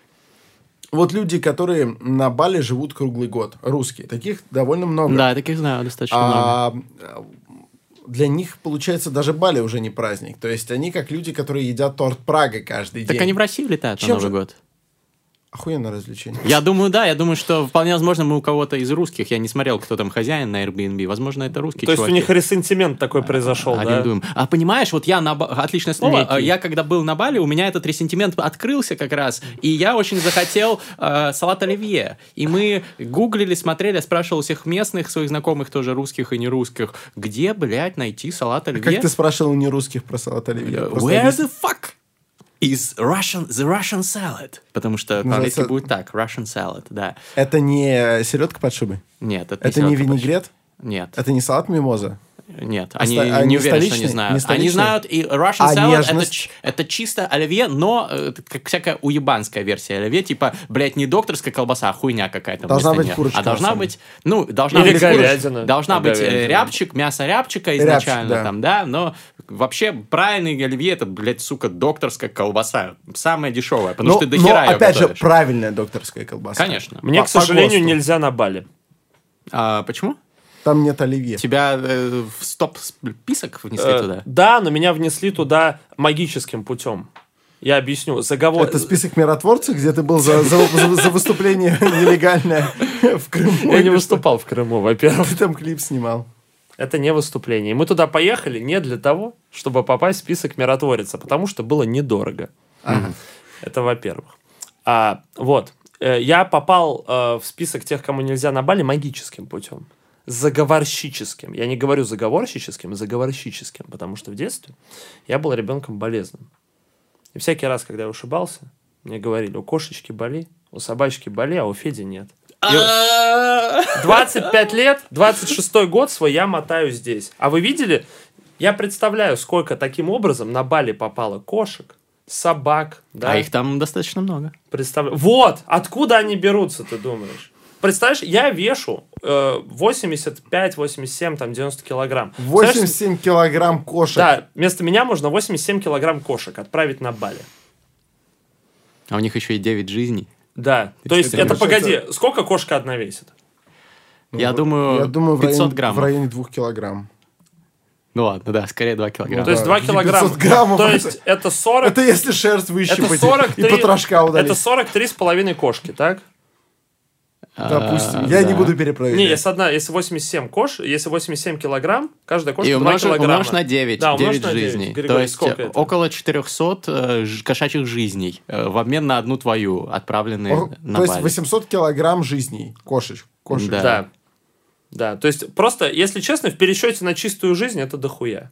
Вот люди, которые на Бали живут круглый год, русские, таких довольно много. Да, таких знаю достаточно а, много. Для них, получается, даже Бали уже не праздник. То есть они как люди, которые едят торт Прага каждый так день. Так они в Россию летают Чем на Новый же... год. Охуенное развлечение. Я думаю, да, я думаю, что вполне возможно мы у кого-то из русских, я не смотрел, кто там хозяин на Airbnb, возможно, это русские То чуваки. есть у них ресентимент такой произошел, а, да? Арендуем. А понимаешь, вот я на... Отличное слово. Некий. Я когда был на Бали, у меня этот ресентимент открылся как раз, и я очень захотел э, салат оливье. И мы гуглили, смотрели, спрашивал у всех местных, своих знакомых, тоже русских и нерусских, где, блядь, найти салат оливье? А как ты спрашивал у нерусских про салат оливье? Where the fuck is Russian, the Russian salad? Потому что по-английски Называется... будет так, Russian salad, да. Это не селедка под шубой? Нет, это, это не, не винегрет? Нет. Это не салат мимоза? Нет, А они, ста- не они уверены, что столичные? не знают. Не Они знают, и Russian А salad это, нежность? это чисто оливье, но э, как всякая уебанская версия оливье, типа, блядь, не докторская колбаса, а хуйня какая-то. Должна быть нее. курочка. А должна быть, ну, должна Или быть говядина. курочка, должна А быть э, говядина. рябчик, мясо рябчика изначально Рябчик, да. там, да, но вообще правильный оливье это, блядь, сука, докторская колбаса, самая дешевая, потому Но, что ты но дохера ее опять же, готовишь. правильная докторская колбаса. Конечно. Мне, По- к сожалению, по ГОСТу. нельзя на Бали. А, почему? Там нет оливье. Тебя э, в стоп-список внесли Э, туда? Да, но меня внесли туда магическим путем. Я объясню. Заговор... Это список миротворцев, где ты был за, за, за- за выступление нелегальное в Крыму? Я не выступал в Крыму, во-первых. Ты там клип снимал. Это не выступление. И мы туда поехали не для того, чтобы попасть в список миротворца, потому что было недорого. Это во-первых. А, вот. Э, Я попал э, в список тех, кому нельзя на Бали, магическим путем. Заговорщическим. Я не говорю заговорщическим, а заговорщическим, потому что в детстве я был ребенком болезным. И всякий раз, когда я ушибался, мне говорили, у кошечки боли, у собачки боли, а у Феди нет. И двадцать пять лет, двадцать шестой год свой я мотаю здесь. А вы видели? Я представляю, сколько таким образом на Бали попало кошек, собак. Да? А их там достаточно много. Представляю. Вот! Откуда они берутся, ты думаешь? Представляешь, я вешу э, восемьдесят пять, восемьдесят семь, там, девяносто килограмм. восемьдесят семь килограмм кошек. Да, вместо меня можно восемьдесят семь килограмм кошек отправить на Бали. А у них еще и девять жизней. Да, Ты то что есть, это думаешь? погоди, сколько кошка одна весит? Я думаю, Я думаю, в пятьсот районе, граммов. в районе двух килограмм. Ну ладно, да, скорее два килограмма. Ну, то есть да, два пятьсот килограмма. граммов. То есть это сорок... Это если шерсть Это выщипать сорок и потрошка удалить. Это сорок три с половиной кошки, так? Допустим. Я да. не буду перепроверять. Не, если одна, если восемьдесят семь кош, если восемьдесят семь килограмм, каждая кошка И два умножь, килограмма. умножь на девять, Да, умножь девять на девять. жизней. Григорий, То есть сколько это? около четырехсот э, ж- кошачьих жизней э, в обмен на одну твою, отправленные О, на То есть Бали. восемьсот килограмм жизней. Кошечек. Кошек. Да. Да. Да, то есть просто, если честно, в пересчете на чистую жизнь это дохуя.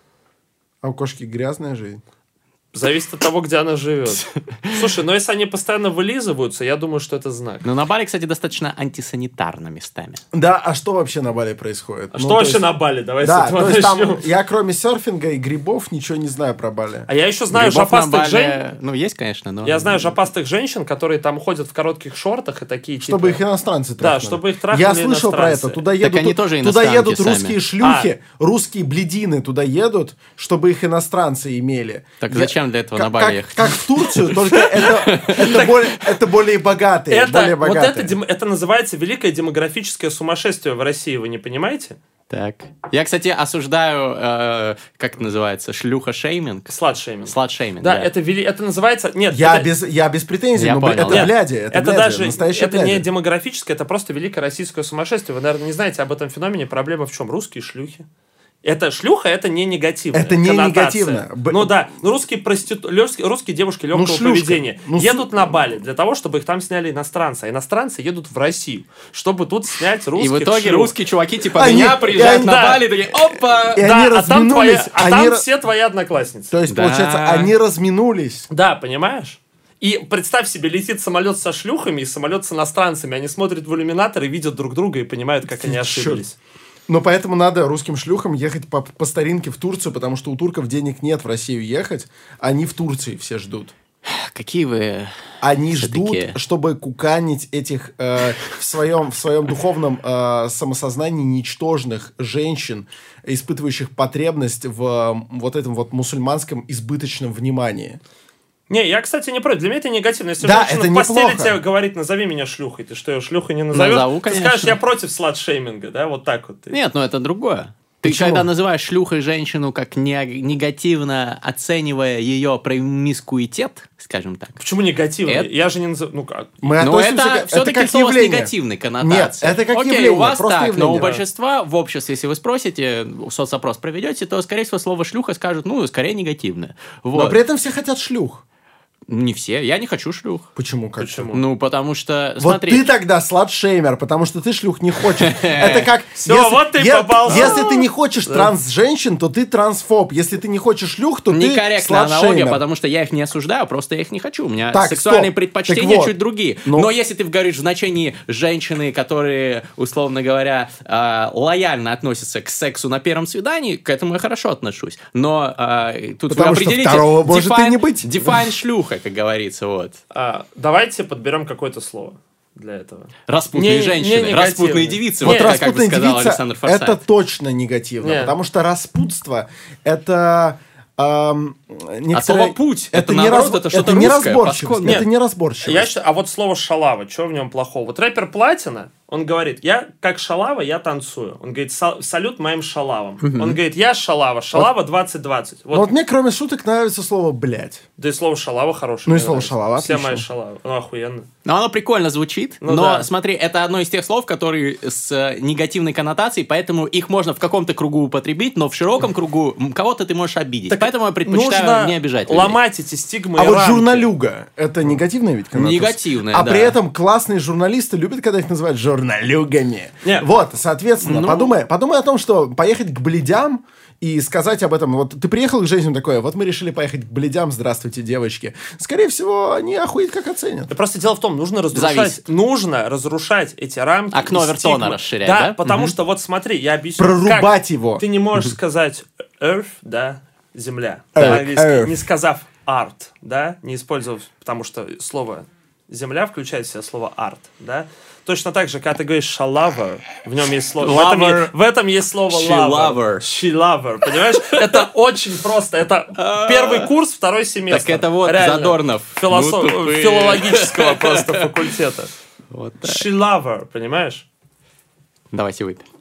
А у кошки грязная жизнь. Зависит от того, где она живет. Слушай, но если они постоянно вылизываются, я думаю, что это знак. Но на Бали, кстати, достаточно антисанитарно местами. Да, а что вообще на Бали происходит? А Ну, что то вообще есть- на Бали? Давай с Да, этого то есть там начнем. я кроме серфинга и грибов ничего не знаю про Бали. А я еще знаю Грибов на жопастых Бали, женщин. ну, есть, конечно, но... Я знаю жопастых женщин, которые там ходят в коротких шортах и такие Чтобы типа... их иностранцы Да, трахнули. чтобы их трахнули Я слышал про иностранцы. это. Туда Так едут, они тоже туда иностранки едут сами. русские шлюхи, русские бледины туда едут, чтобы их иностранцы имели. Так Я- зачем для этого как- на Бали как- ехать? Как в Турцию, только это, это, более, это более богатые. Это, более вот богатые. это, дем- это называется великое демографическое сумасшествие в России, вы не понимаете? Так. Я, кстати, осуждаю, э, как это называется, шлюха-шейминг. Слад-шейминг. Слад-шейминг, Да, да. это, вели... это называется... Нет, Я, это... без, я без претензий, Я но понял, это да. бляди. Это, это бляди, даже настоящее это не бляди. демографическое, это просто великое российское сумасшествие. Вы, наверное, не знаете об этом феномене. Проблема в чем? Русские шлюхи. Это шлюха, это не негативно. Это не негативно. Б- Ну да, ну, русские, проститу... русские, русские девушки легкого Ну, шлюшка. поведения Ну, с- едут на Бали для того, чтобы их там сняли иностранцы. А иностранцы едут в Россию, чтобы тут снять русских И в итоге шлюх. русские чуваки типа Они- меня приезжают и на они- Бали и такие, опа! И Да, они а там, твоя- разминулись, а они там ра- все твои одноклассницы. То есть, Да. получается, они разминулись. Да, понимаешь? И представь себе, летит самолет со шлюхами и самолет с иностранцами. Они смотрят в иллюминатор и видят друг друга и понимают, как они Чёрт. ошиблись. Но поэтому надо русским шлюхам ехать по, по старинке в Турцию, потому что у турков денег нет в Россию ехать. Они в Турции все ждут. Какие вы... Они Всё-таки. ждут, чтобы куканить этих э, в, своем, в своем духовном э, самосознании ничтожных женщин, испытывающих потребность в э, вот этом вот мусульманском избыточном внимании. Не, я, кстати, не против. Для меня это негативно. Если Да, женщина это в постели неплохо. тебе говорит, назови меня шлюхой, ты что, ее шлюхой не назовешь? Назову, Ты конечно. скажешь, я против слад-шейминга, да, вот так вот. ты. Нет, ну это другое. Ты Почему? когда называешь шлюхой женщину как не- негативно оценивая ее промискуитет, скажем так. Почему негативно? Это- Я же не назову... Ну как? Мы Но относимся это к- все-таки как слово с явление. негативной коннотацией. Нет, это как Окей, явление, у вас просто так, но явление. у большинства в обществе, если вы спросите, соцопрос проведете, то, скорее всего, слово шлюха скажут, ну, скорее негативное. Вот. Но при этом все хотят шлюх. Не все, я не хочу шлюх. Почему? Как Почему? Ну, потому что, Вот смотри... ты тогда сладшеймер, потому что ты шлюх не хочешь. Это как... Всё, вот ты попал. Если ты не хочешь транс-женщин, то ты трансфоб. Если ты не хочешь шлюх, то ты Некорректная аналогия, сладшеймер. потому что я их не осуждаю, просто я их не хочу. У меня Так, сексуальные стоп. предпочтения Так вот. чуть другие. Ну. Но если ты говоришь в значении женщины, которые, условно говоря, э, лояльно относятся к сексу на первом свидании, к этому я хорошо отношусь. Но э, тут Потому вы что определите... второго может и define- не быть. Define шлюха, как говорится, вот. А, давайте подберем какое-то слово для этого. Распутные Не- не женщины, негативно. распутные девицы. Вот Вот это, как бы распутная сказал девица Александр Форсайт. это точно негативно, Нет. потому что распутство это эм, некоторое- слово «путь» это, не наоборот, раз- это что-то не русское, разборчивость, пасконное. это не разборчивость. Я считаю, а вот слово шалава, что в нем плохого? Вот рэпер Платина, он говорит, я как шалава, я танцую. Он говорит, «Са- салют моим шалавам. Он говорит, я шалава, шалава двадцать двадцать. Вот, Но вот мне кроме шуток нравится слово «блядь». да и слово шалава хорошее. Ну и мне слово нравится. шалава, Все отлично. мои шалавы. Ну, охуенно. Но оно прикольно звучит, Ну но да. смотри, это одно из тех слов, которые с э, негативной коннотацией, поэтому их можно в каком-то кругу употребить, но в широком кругу м, кого-то ты можешь обидеть. Так поэтому я предпочитаю нужно не обижать людей. ломать эти стигмы А и вот рамки. журналюга, это негативная ведь коннотация? Негативная, А да. при этом классные журналисты любят, когда их называют журналюгами. Не. Вот, соответственно, Ну. подумай, подумай о том, что поехать к бледям и сказать об этом. Вот ты приехал к женщинам такое, вот мы решили поехать к бледям, здравствуйте, девочки. Скорее всего, они охуеть как оценят. Да просто дело в том, нужно разрушать, Зависит. нужно разрушать эти рамки. Окно и Овертона стигмы. расширять, Да, да? потому Мгм. что вот смотри, я объясню. Прорубать как его. Ты не можешь сказать earth, да, земля, Earth, по-английски, earth. не сказав art, да, не использовав, потому что слово земля включает в себя слово art, да. Точно так же, когда ты говоришь шалавер, в нем есть слово... В этом, Lover. е- в этом есть слово She lover. lover. She lover, понимаешь? Это очень просто. Это первый курс, второй семестр. Так это вот Реально. Задорнов. Философ- Ну, тупые. филологического просто факультета. Вот так. She lover, понимаешь? Давайте выпьем.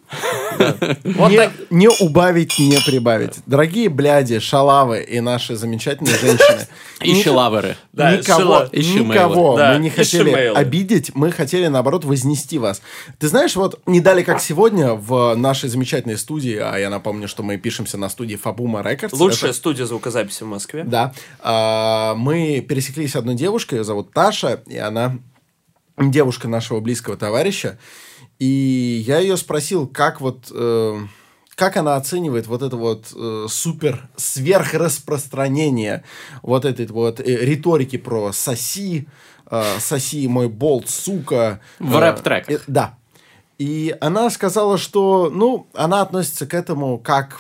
Вот не, так. не убавить, не прибавить. Дорогие бляди, шалавы и наши замечательные женщины. И шилаверы. Да, Никого, шила- и никого шимейлы. Да, мы не и хотели шимейлы. обидеть, мы хотели, наоборот, вознести вас. Ты знаешь, вот не дали как сегодня в нашей замечательной студии, а я напомню, что мы пишемся на студии Фабума Рекордс. Лучшая Это- студия звукозаписи в Москве. Да. А, мы пересеклись с одной девушкой, ее зовут Таша, и она девушка нашего близкого товарища. И я ее спросил, как вот... э, как она оценивает вот это вот э, супер сверхраспространение вот этой вот э, риторики про соси, э, соси мой болт, сука. В э, рэп-треках. э, да. И она сказала, что, ну, она относится к этому как...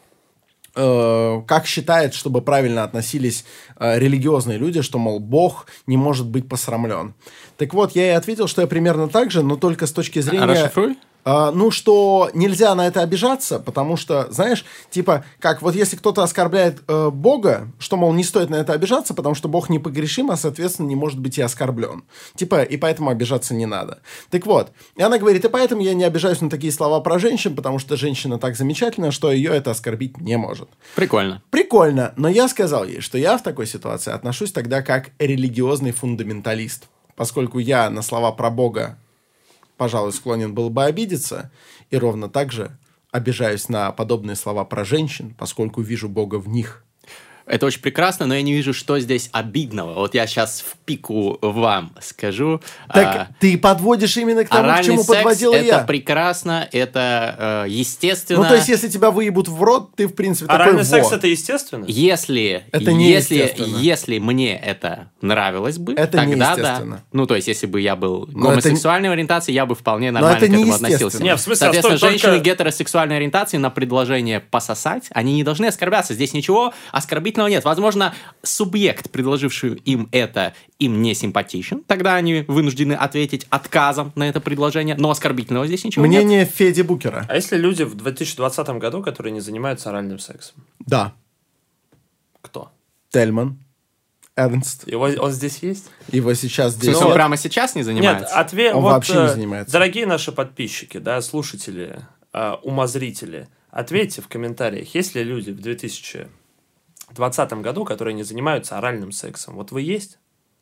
э, как считает, чтобы правильно относились э, религиозные люди, что, мол, Бог не может быть посрамлен. Так вот, я ей ответил, что я примерно так же, но только с точки зрения... Расшифруй. А, ну, что нельзя на это обижаться, потому что, знаешь, типа, как вот если кто-то оскорбляет э, Бога, что, мол, не стоит на это обижаться, потому что Бог непогрешим, а, соответственно, не может быть и оскорблен. Типа, и поэтому обижаться не надо. Так вот, и она говорит, и поэтому я не обижаюсь на такие слова про женщин, потому что женщина так замечательна, что ее это оскорбить не может. Прикольно. Прикольно, но я сказал ей, что я в такой ситуации отношусь тогда как религиозный фундаменталист, поскольку я на слова про Бога, пожалуй, склонен был бы обидеться, и ровно так же обижаюсь на подобные слова про женщин, поскольку вижу Бога в них. Это очень прекрасно, но я не вижу, что здесь обидного. Вот я сейчас в пику вам скажу. Так А, ты подводишь именно к тому, к оральный чему секс подводил это я. прекрасно, это э, естественно. Ну, то есть, если тебя выебут в рот, ты, в принципе, Оральный такой, секс во. это естественно? Если, Это если, неестественно. если мне это нравилось бы, Это тогда неестественно. да. Ну, то есть, если бы я был Но это гомосексуальной ориентации, я бы вполне нормально это к этому неестественно. относился. Не, в смысле, а Соответственно, стой, женщины только- гетеросексуальной ориентации на предложение пососать, они не должны оскорбляться. Здесь ничего оскорбительного нет. Возможно, субъект, предложивший им это, им не симпатичен. Тогда они вынуждены ответить отказом на это предложение. Но оскорбительного здесь ничего нет. Мнение Феди Букера. А если люди в две тысячи двадцатом году, которые не занимаются оральным сексом? Да. Кто? Тельман. Эрнст. Его, он здесь есть? Его сейчас То здесь есть он нет. прямо сейчас не Нет, занимается? ответ. Он вот, вообще не э, занимается. Дорогие наши подписчики, да, слушатели, э, умозрители, ответьте в комментариях, есть ли люди в две тысячи двадцатом году, которые не занимаются оральным сексом. Вот вы есть?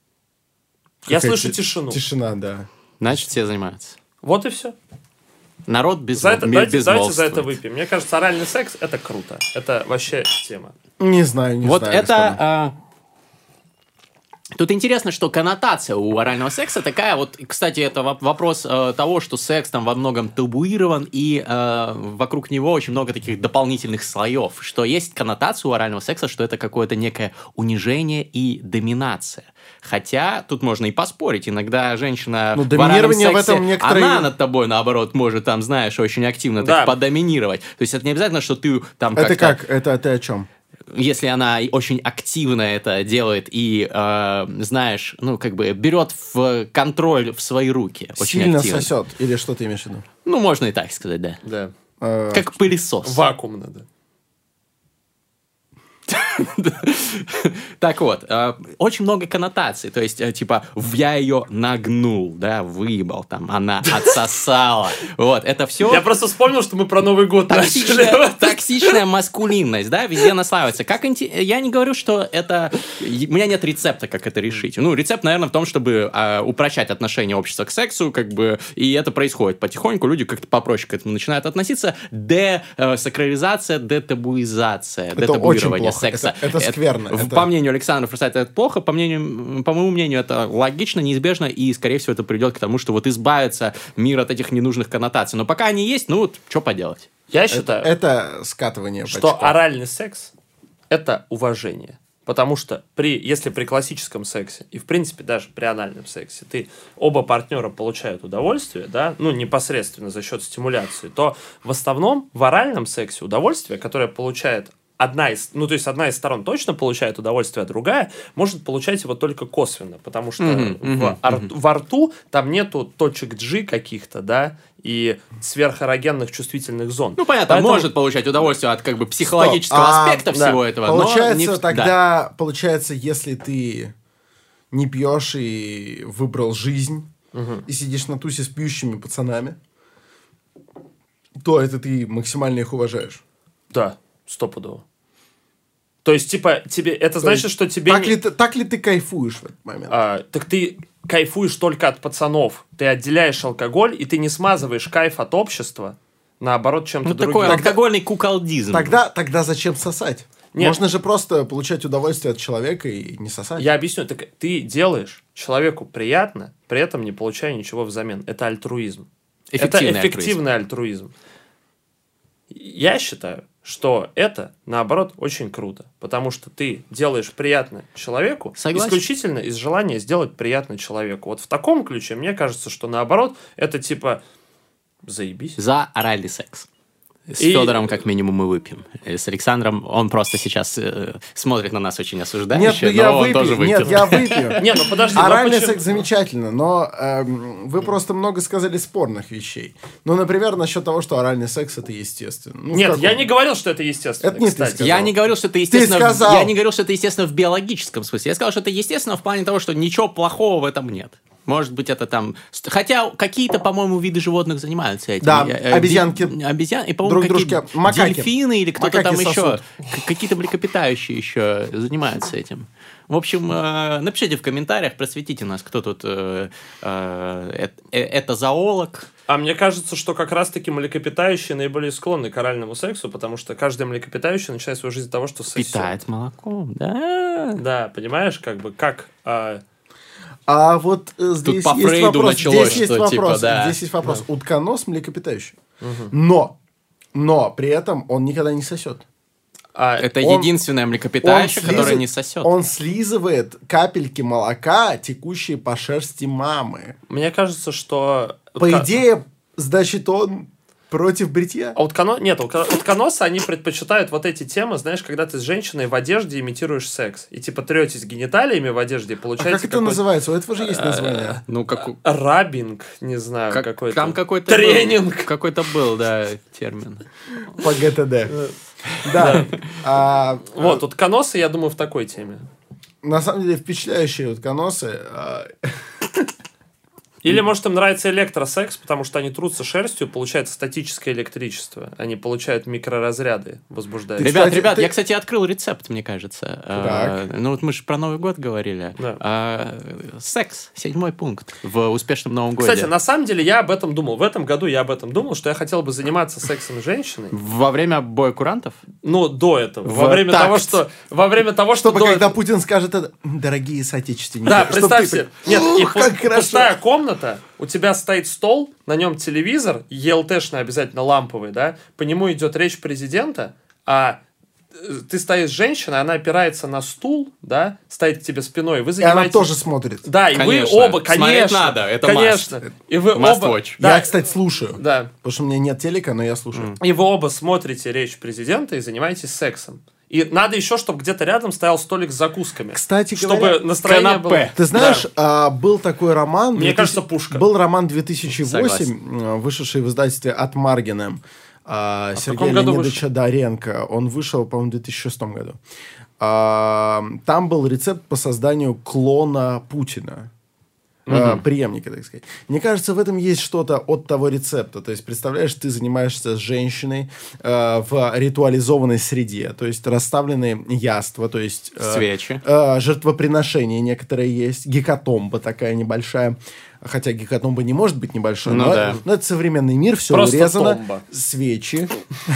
Я Какая слышу ти- тишину. Тишина, да. Значит, все занимаются. Вот и все. Народ без, За это, без- давайте, давайте за это безмолвствует. выпьем. Мне кажется, оральный секс это круто. Это вообще тема. Не знаю, не Вот знаю. это... господа. а, Тут интересно, что коннотация у орального секса такая, вот, кстати, это воп- вопрос э, того, что секс там во многом табуирован, и э, вокруг него очень много таких дополнительных слоев, что есть коннотация у орального секса, что это какое-то некое унижение и доминация. Хотя тут можно и поспорить. Иногда женщина Ну, в оральном доминирование в сексе, этом некоторые- она над тобой, наоборот, может там, знаешь, очень активно Да. так подоминировать. То есть это не обязательно, что ты там Это как-то... как? Это ты о чем? Если она очень активно это делает и, э, знаешь, ну, как бы берет в контроль в свои руки. Очень Сильно активно. сосет? Или что ты имеешь в виду? Ну, можно и так сказать, да. Да. Э, Как пылесос. Вакуумно, да. Так вот, э, очень много коннотаций. То есть, э, типа, в- я ее нагнул, да, выебал, там, она отсосала. Вот, это все... Я просто вспомнил, что мы про Новый год Токсичная, начали. токсичная маскулинность, да, везде наслаивается. Как инте- Я не говорю, что это... У меня нет рецепта, как это решить. Ну, рецепт, наверное, в том, чтобы а, упрощать отношение общества к сексу, как бы, и это происходит потихоньку, люди как-то попроще к этому начинают относиться. Десакрализация, детабуизация, Это детабуирование очень плохо. секса. Это- это скверно. в- Это- По мнению Александра Форсайта, это плохо, по, мнению, по моему мнению, это логично, неизбежно, и, скорее всего, это приведет к тому, что вот избавится мир от этих ненужных коннотаций. Но пока они есть, ну, что поделать. Я это, считаю, это скатывание что бачков. оральный секс это уважение. Потому что при, если при классическом сексе, и в принципе даже при анальном сексе, ты оба партнера получают удовольствие, да, ну, непосредственно за счет стимуляции, то в основном в оральном сексе удовольствие, которое получает одна из, ну, то есть одна из сторон точно получает удовольствие, а другая может получать его только косвенно, потому что Мгм, в мгм, ар- во рту там нету точек G каких-то, да, и сверхэрогенных чувствительных зон. Ну, понятно, Поэтому- может получать удовольствие от как бы психологического Стоп. А, аспекта да. всего этого. Получается, но не в- тогда, да. получается, если ты не пьешь и выбрал жизнь, и сидишь на тусе с пьющими пацанами, то это ты максимально их уважаешь. Да, стопудово. То есть, типа, тебе это То значит, есть, что тебе... Так, не- ли ты, так ли ты кайфуешь в этот момент? А, так ты кайфуешь только от пацанов. Ты отделяешь алкоголь, и ты не смазываешь кайф от общества, наоборот, чем-то Ну, другим. такой алкогольный куколдизм. Тогда, тогда зачем сосать? Нет. Можно же просто получать удовольствие от человека и не сосать. Я объясню. Так ты делаешь человеку приятно, при этом не получая ничего взамен. Это альтруизм. Эффективный это эффективный альтруизм. Я считаю, что это, наоборот, очень круто. Потому что ты делаешь приятно человеку Согласен. исключительно из желания сделать приятно человеку. Вот в таком ключе, мне кажется, что наоборот, это типа заебись. За оральный секс. С И- Федором, как минимум, мы выпьем. И с Александром, он просто сейчас э, смотрит на нас очень Нет, осуждающе, ну я но он тоже выпью. выпьет. Нет, я выпью. Не, ну подожди. ну Оральный почему- секс замечательно, но эм, вы просто много сказали спорных вещей. Ну, например, насчет того, что оральный секс это естественно. Ну, в Нет, каком- я не говорил, что это естественно, Это не ты кстати. сказал. Я не говорил, что это естественно. сказал. Я не говорил, что это естественно в биологическом смысле. Я сказал, что это естественно в плане того, что ничего плохого в этом нет. Может быть, это там... Хотя какие-то, по-моему, виды животных занимаются этим. Да, Я- э, обезьянки ди- Обезьян... И, по-моему, друг какие- дружке- макаки. дельфины или кто-то Макаки там еще. сосут. К- Какие-то млекопитающие еще занимаются этим. В общем, э, напишите в комментариях, просветите нас, кто тут... э, э, э, Это зоолог. А мне кажется, что как раз-таки млекопитающие наиболее склонны к оральному сексу, потому что каждое млекопитающее начинает свою жизнь с того, что сосет. Питает молоком, да. Да, понимаешь, как бы, как... а, А вот э, здесь по есть Фрейду вопрос. началось, Здесь есть что, типа, вопрос. да. Здесь есть вопрос. Утконос млекопитающий. Но, но при этом он никогда не сосет. а, Это Он- единственное млекопитающее, Он которое слизывает- не сосет. Он слизывает капельки молока, текущие по шерсти мамы. Мне кажется, что... По утка- идее, значит, он против бритья. А утконо... Нет, утка- утконосы, они предпочитают вот эти темы, знаешь, когда ты с женщиной в одежде имитируешь секс. И типа третесь гениталиями в одежде, и А получается как это какой-то называется? У этого же есть название. Ну, как... у- раббинг, не знаю, Как- какой-то. Там какой-то тренинг. был, какой-то был, да, термин. По ГТД. Да. А, Вот, утконосы, я думаю, в такой теме. На самом деле впечатляющие утконосы. а, Или, может, им нравится электросекс, потому что они трутся шерстью, получается статическое электричество. Они получают микроразряды, возбуждают. Ты, Ребят, кстати, ребят, ты- я, кстати, открыл рецепт, мне кажется. А, ну, вот мы же про Новый год говорили. Да. А, секс, седьмой пункт в успешном Новом годе. Кстати, на самом деле я об этом думал. В этом году я об этом думал, что я хотел бы заниматься сексом с женщиной. Во время боя курантов? Но до этого. В Во время такт. того, что... Во время того, что... Чтобы до когда этого- Путин скажет это, дорогие соотечественники. Да, чтоб представь ты себе. так, Нет, и «Ух, пу- как хорошо». пустая комната, у тебя стоит стол, на нем телевизор, и эл тэ-шный обязательно ламповый, да, по нему идет речь президента, а э, ты стоишь с женщиной, она опирается на стул, да, стоит к тебе спиной, вы И она занимаетесь... тоже смотрит. Да, и Конечно. вы оба, Смотреть конечно. надо, это конечно. must. И вы Must оба... watch. Да, Я, кстати, слушаю. да. Потому что у меня нет телека, но я слушаю. И вы оба смотрите речь президента и занимаетесь сексом. И надо еще, чтобы где-то рядом стоял столик с закусками. Кстати чтобы говоря, настроение канапе. было... Ты знаешь, Да. а, был такой роман... Мне 2000 кажется, пушка. Был роман две тысячи восемь, Согласен. э, вышедший в издательстве «От Маргина». а, в Сергея каком году Леонидовича Доренко. Он вышел, по-моему, в две тысячи шестом году. А, Там был рецепт по созданию клона Путина. э, преемника, так сказать. Мне кажется, в этом есть что-то от того рецепта. То есть, представляешь, ты занимаешься с женщиной э, в ритуализованной среде, то есть расставлены яства, то есть э, Свечи. э, жертвоприношения некоторые есть, гекатомба такая небольшая. Хотя гекатомба не может быть небольшой, Ну но, да. но это современный мир, все Просто урезано. томба. Свечи.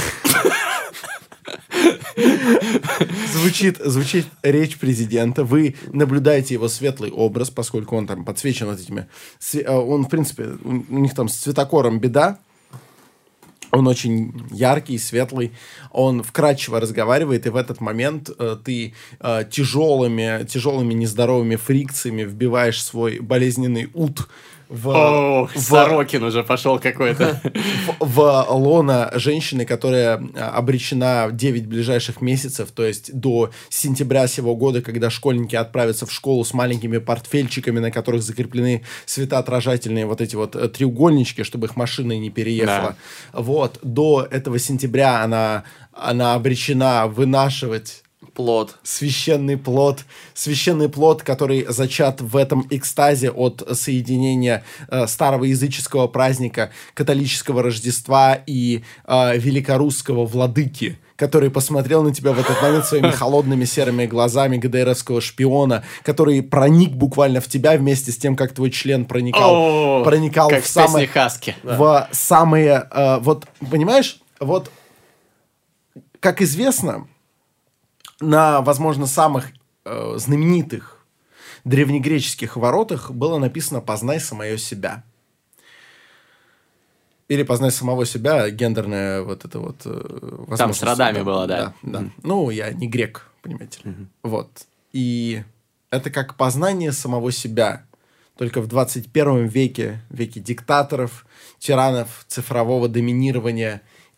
Звучит, звучит речь президента. Вы наблюдаете его светлый образ, поскольку он там подсвечен вот этими... све- э, Он, в принципе, у у них там с цветокором беда. Он очень яркий, светлый, он вкрадчиво разговаривает, и в этот момент э, ты э, тяжелыми, тяжелыми нездоровыми фрикциями вбиваешь свой болезненный ут в, О, в- Сорокин уже пошел какой-то. в, в лоно женщины, которая а, обречена девять ближайших месяцев, то есть до сентября сего года, когда школьники отправятся в школу с маленькими портфельчиками, на которых закреплены светоотражательные вот эти вот э, треугольнички, чтобы их машина не переехала. Вот. До этого сентября она, она обречена вынашивать Плод. Священный плод. Священный плод, который зачат в этом экстазе от соединения э, старого языческого праздника, католического Рождества и э, великорусского владыки, который посмотрел на тебя в этот момент своими холодными серыми глазами ГДРовского шпиона, который проник буквально в тебя вместе с тем, как твой член проникал, О, проникал как в самые... Хаски. В самые... Э, вот, понимаешь, вот, как известно, на, возможно, самых э, знаменитых древнегреческих воротах было написано «Познай самое себя». Или «Познай самого себя», гендерная вот это вот... Э, Там с родами да, было, да. Да, да. Mm-hmm. Ну, я не грек, понимаете ли. Mm-hmm. Вот. И это как познание самого себя. Только в двадцать первом веке, веке диктаторов, тиранов, цифрового доминирования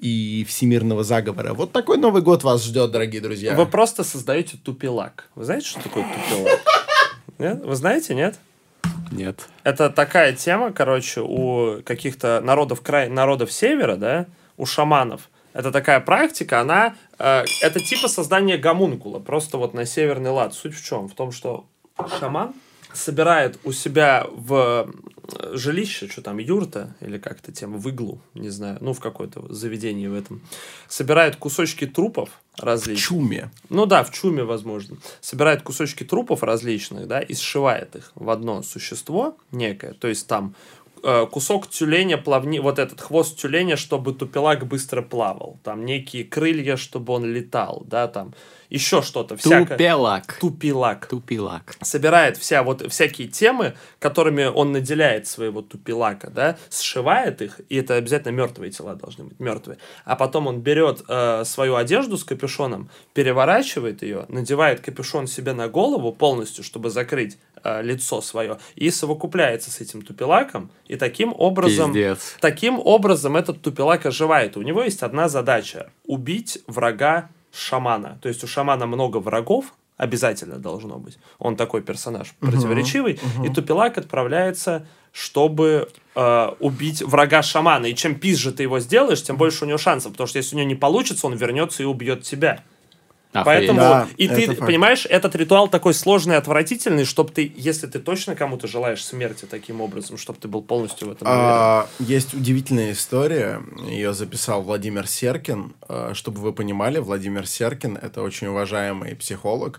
и всемирного заговора. Вот такой Новый год вас ждет, дорогие друзья. Вы просто создаете тупилак. Вы знаете, что такое тупилак? Нет? Вы знаете, нет? Нет. Это такая тема, короче, у каких-то народов край, народов севера, да, у шаманов. Это такая практика, она, э, это типа создания гомункула, просто вот на северный лад. Суть в чем? В том, что шаман собирает у себя в жилище, что там, юрта, или как-то тема, в иглу, не знаю, ну, в какое-то заведении в этом, собирает кусочки трупов различных. В чуме. Ну да, в чуме, возможно. Собирает кусочки трупов различных, да, и сшивает их в одно существо некое, то есть там э, кусок тюленя плавни, вот этот хвост тюленя, чтобы тупилак быстро плавал, там некие крылья, чтобы он летал, да, там еще что-то. Всякое. Тупилак. Тупилак. Тупилак. Собирает вся, вот, всякие темы, которыми он наделяет своего тупилака, да, сшивает их, и это обязательно мертвые тела должны быть, мертвые. А потом он берет э, свою одежду с капюшоном, переворачивает ее, надевает капюшон себе на голову полностью, чтобы закрыть э, лицо свое, и совокупляется с этим тупилаком, и таким образом, Пиздец. таким образом этот тупилак оживает. У него есть одна задача – убить врага шамана. То есть у шамана много врагов, обязательно должно быть. Он такой персонаж противоречивый. Uh-huh, uh-huh. И тупилак отправляется, чтобы э, убить врага шамана. И чем пизже ты его сделаешь, тем больше у него шансов. Потому что если у него не получится, он вернется и убьет тебя. Охренеть. Поэтому, да, и ты, факт. понимаешь, этот ритуал такой сложный и отвратительный, чтобы ты, если ты точно кому-то желаешь смерти таким образом, чтобы ты был полностью в этом уверен. А, есть удивительная история, ее записал Владимир Серкин. А, чтобы вы понимали, Владимир Серкин — это очень уважаемый психолог.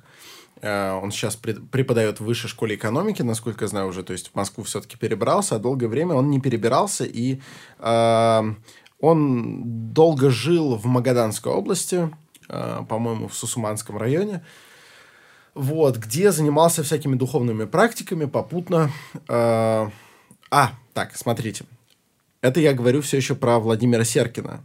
А, он сейчас преподает в высшей школе экономики, насколько я знаю уже, то есть в Москву все-таки перебрался, а долгое время он не перебирался, и а, он долго жил в Магаданской области, по-моему, в Сусуманском районе, вот, где занимался всякими духовными практиками попутно. Э, а, так, смотрите. Это я говорю все еще про Владимира Серкина.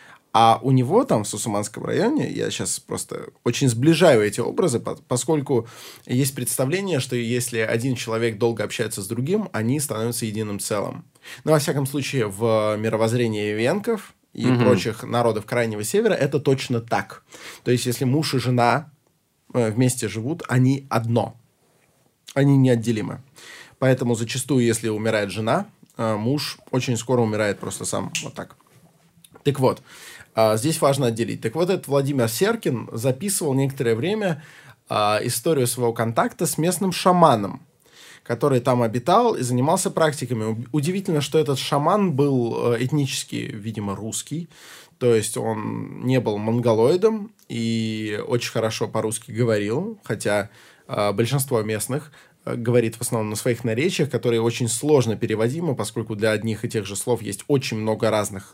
А у него там в Сусуманском районе, я сейчас просто очень сближаю эти образы, поскольку есть представление, что если один человек долго общается с другим, они становятся единым целым. Но, во всяком случае, в мировоззрении венков и mm-hmm. прочих народов Крайнего Севера это точно так. То есть, если муж и жена э, вместе живут, они одно. Они неотделимы. Поэтому зачастую, если умирает жена, э, муж очень скоро умирает просто сам вот так. Так вот, э, здесь важно отделить. Так вот, этот Владимир Серкин записывал некоторое время э, историю своего контакта с местным шаманом, который там обитал и занимался практиками. Удивительно, что этот шаман был этнически, видимо, русский. То есть он не был монголоидом и очень хорошо по-русски говорил, хотя э, большинство местных э, говорит в основном на своих наречиях, которые очень сложно переводимы, поскольку для одних и тех же слов есть очень много разных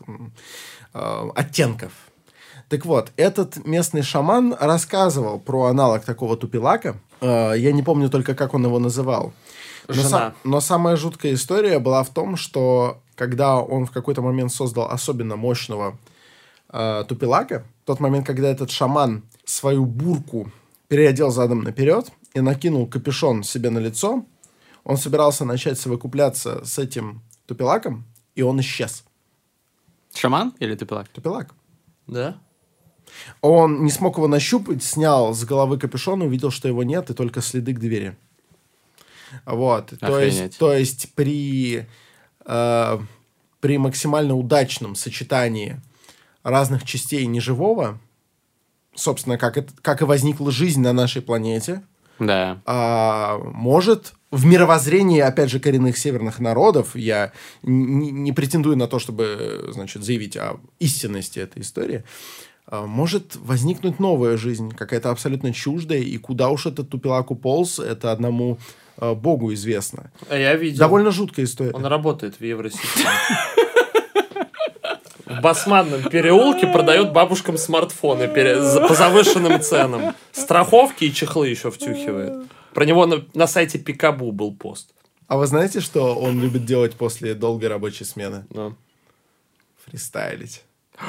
э, оттенков. Так вот, этот местный шаман рассказывал про аналог такого тупилака. Э, я не помню только, как он его называл. Но, сам, но самая жуткая история была в том, что когда он в какой-то момент создал особенно мощного э, тупилака, в тот момент, когда этот шаман свою бурку переодел задом наперед и накинул капюшон себе на лицо, он собирался начать совокупляться с этим тупилаком, и он исчез. Шаман или тупилак? Тупилак. Да. Он не смог его нащупать, снял с головы капюшон и увидел, что его нет, и только следы к двери. Вот, то есть, то есть при, э, при максимально удачном сочетании разных частей неживого собственно, как, это, как и возникла жизнь на нашей планете, Да. а, может в мировоззрении, опять же, коренных северных народов, я не, не претендую на то, чтобы, значит, заявить о истинности этой истории, а, может возникнуть новая жизнь, какая-то абсолютно чуждая, и куда уж этот тупилак уполз, это одному а, Богу известно. А я видел. Довольно жуткая история. Он работает в Евросети. В Басманном переулке продает бабушкам смартфоны по завышенным ценам. Страховки и чехлы еще втюхивает. Про него на, на сайте Пикабу был пост. А вы знаете, что он любит делать после долгой рабочей смены? No. Фристайлить.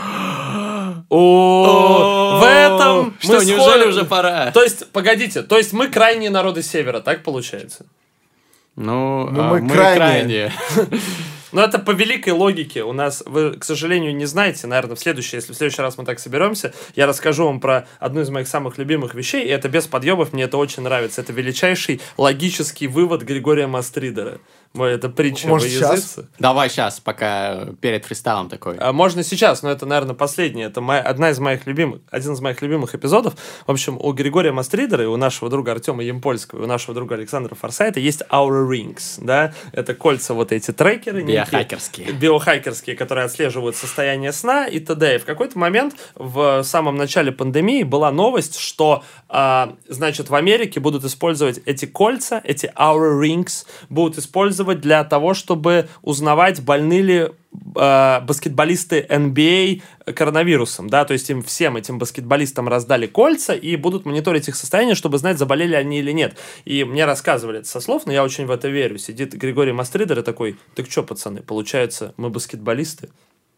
О, в этом что, неужели уже пора? То есть, погодите, то есть мы крайние народы Севера, так получается? Ну, Ну, а, мы мы крайние. крайние. Но это по великой логике. У нас, вы, к сожалению, не знаете, наверное, в следующий, если в следующий раз мы так соберемся, я расскажу вам про одну из моих самых любимых вещей, и это без подъебов, мне это очень нравится. Это величайший логический вывод Григория Мастридера. Мой, это притча Может, во сейчас? языце. Давай сейчас, пока перед фристайлом такой. А можно сейчас, но это, наверное, последнее. Это моя, одна из моих любимых, один из моих любимых эпизодов. В общем, у Григория Мастридера и у нашего друга Артема Ямпольского, и у нашего друга Александра Форсайта есть Aura Rings, да? Это кольца, вот эти трекеры. Биохакерские. Некие, биохакерские, которые отслеживают состояние сна и т.д. И в какой-то момент в самом начале пандемии была новость, что, а, значит, в Америке будут использовать эти кольца, эти Aura Rings, будут использовать для того, чтобы узнавать, больны ли э, баскетболисты эн би эй коронавирусом, да, то есть им всем этим баскетболистам раздали кольца и будут мониторить их состояние, чтобы знать, заболели они или нет. И мне рассказывали это со слов, но я очень в это верю. Сидит Григорий Мастридер и такой: так что, пацаны, получается, мы баскетболисты?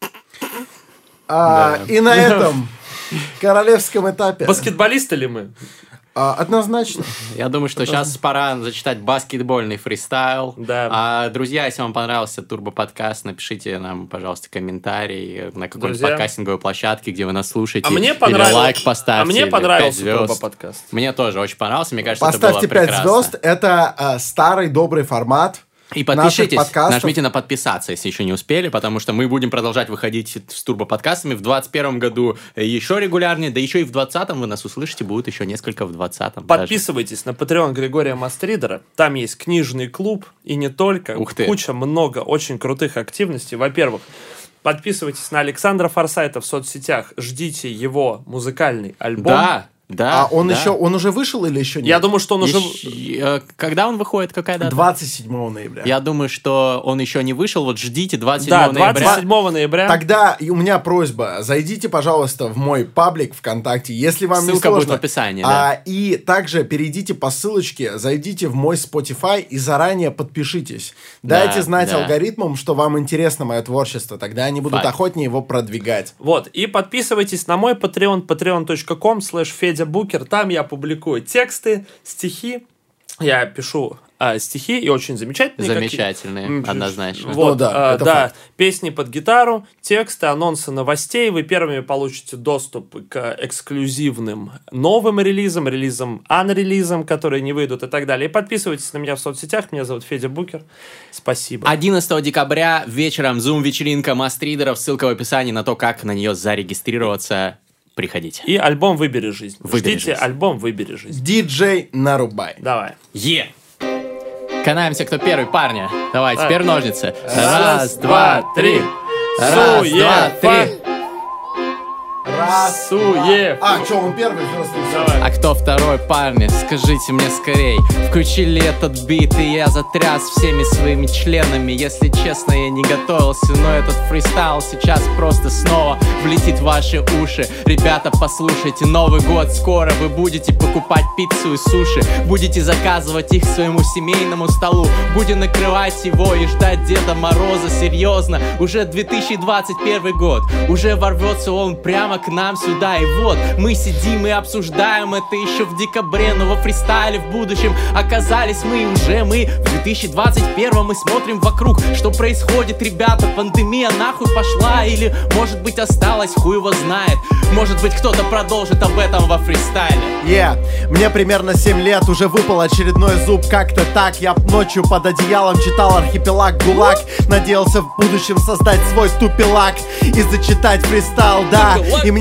А, и на этом королевском этапе Баскетболисты ли мы? а, однозначно. Я думаю, что сейчас пора зачитать баскетбольный фристайл. Да. А, друзья, если вам понравился турбо-подкаст, напишите нам, пожалуйста, комментарий на какой-нибудь Друзья. подкастинговой площадке, где вы нас слушаете. А мне Или понравился, лайк поставьте. а мне или понравился пять звезд. турбо-подкаст. Мне тоже очень понравился. Мне кажется, Поставьте это было пять прекрасно. звезд. Это а, старый добрый формат. И наших подпишитесь, подкастов. нажмите на подписаться, если еще не успели, потому что мы будем продолжать выходить с турбо-подкастами в двадцать первом году еще регулярнее, да еще и в двадцатом вы нас услышите, будет еще несколько в двадцатом. Подписывайтесь на Patreon Григория Мастридера. Там есть книжный клуб, и не только. Ух ты. Куча, много очень крутых активностей. Во-первых, подписывайтесь на Александра Форсайта в соцсетях. Ждите его музыкальный альбом. Да, да. А он да. еще, он уже вышел или еще нет? Я думаю, что он уже... Ещё- э, Когда он выходит? Какая дата? двадцать седьмого ноября. Я думаю, что он еще не вышел. Вот ждите двадцать седьмого Да, ноября. двадцать седьмого ноября. Тогда и у меня просьба, зайдите, пожалуйста, в мой паблик ВКонтакте, если вам Ссылка не сложно. будет в описании, А, да. и также перейдите по ссылочке, зайдите в мой Spotify и заранее подпишитесь. Да, Дайте знать да. алгоритмам, что вам интересно мое творчество, тогда они будут Факт. охотнее его продвигать. Вот, и подписывайтесь на мой Patreon, patreon точка com слэш Федя Букер. Там я публикую тексты, стихи. Я пишу а, стихи, и очень замечательные. Замечательные, М, однозначно. Вот, Ну да, а, это да, факт. песни под гитару, тексты, анонсы новостей. Вы первыми получите доступ к эксклюзивным новым релизам, релизам, анрелизам, которые не выйдут и так далее. И подписывайтесь на меня в соцсетях. Меня зовут Федя Букер. Спасибо. одиннадцатого декабря вечером Zoom-вечеринка Мастридеров. Ссылка в описании на то, как на нее зарегистрироваться. Приходите. И альбом «Выбери жизнь». Выбери Ждите жизнь. альбом «Выбери жизнь». Диджей нарубай. Давай. Е! Канаемся, кто первый, парня. Давай, Так. теперь ножницы. Раз, два, три. Раз, два, три. Раз, Суе. А, что, он первый? Просто Давай. А кто второй, парни? Скажите мне скорей. Включили этот бит, и я затряс всеми своими членами. Если честно, я не готовился, но этот фристайл сейчас просто снова влетит в ваши уши. Ребята, послушайте, Новый год скоро. Вы будете покупать пиццу и суши, будете заказывать их к своему семейному столу, будете накрывать его и ждать Деда Мороза. Серьезно, уже две тысячи двадцать первый год, уже ворвется он прямо к нам сюда. И вот мы сидим и обсуждаем это еще в декабре, но во фристайле в будущем оказались мы уже. Мы в две тысячи двадцать первом мы смотрим вокруг, что происходит, ребята. Пандемия нахуй пошла или, может быть, осталась, хуй его знает. Может быть, кто-то продолжит об этом во фристайле. Yeah. Мне примерно семь лет, уже выпал очередной зуб. Как-то так, я ночью под одеялом читал «Архипелаг ГУЛАГ». Надеялся в будущем создать свой тупилак и зачитать фристайл, да. И мне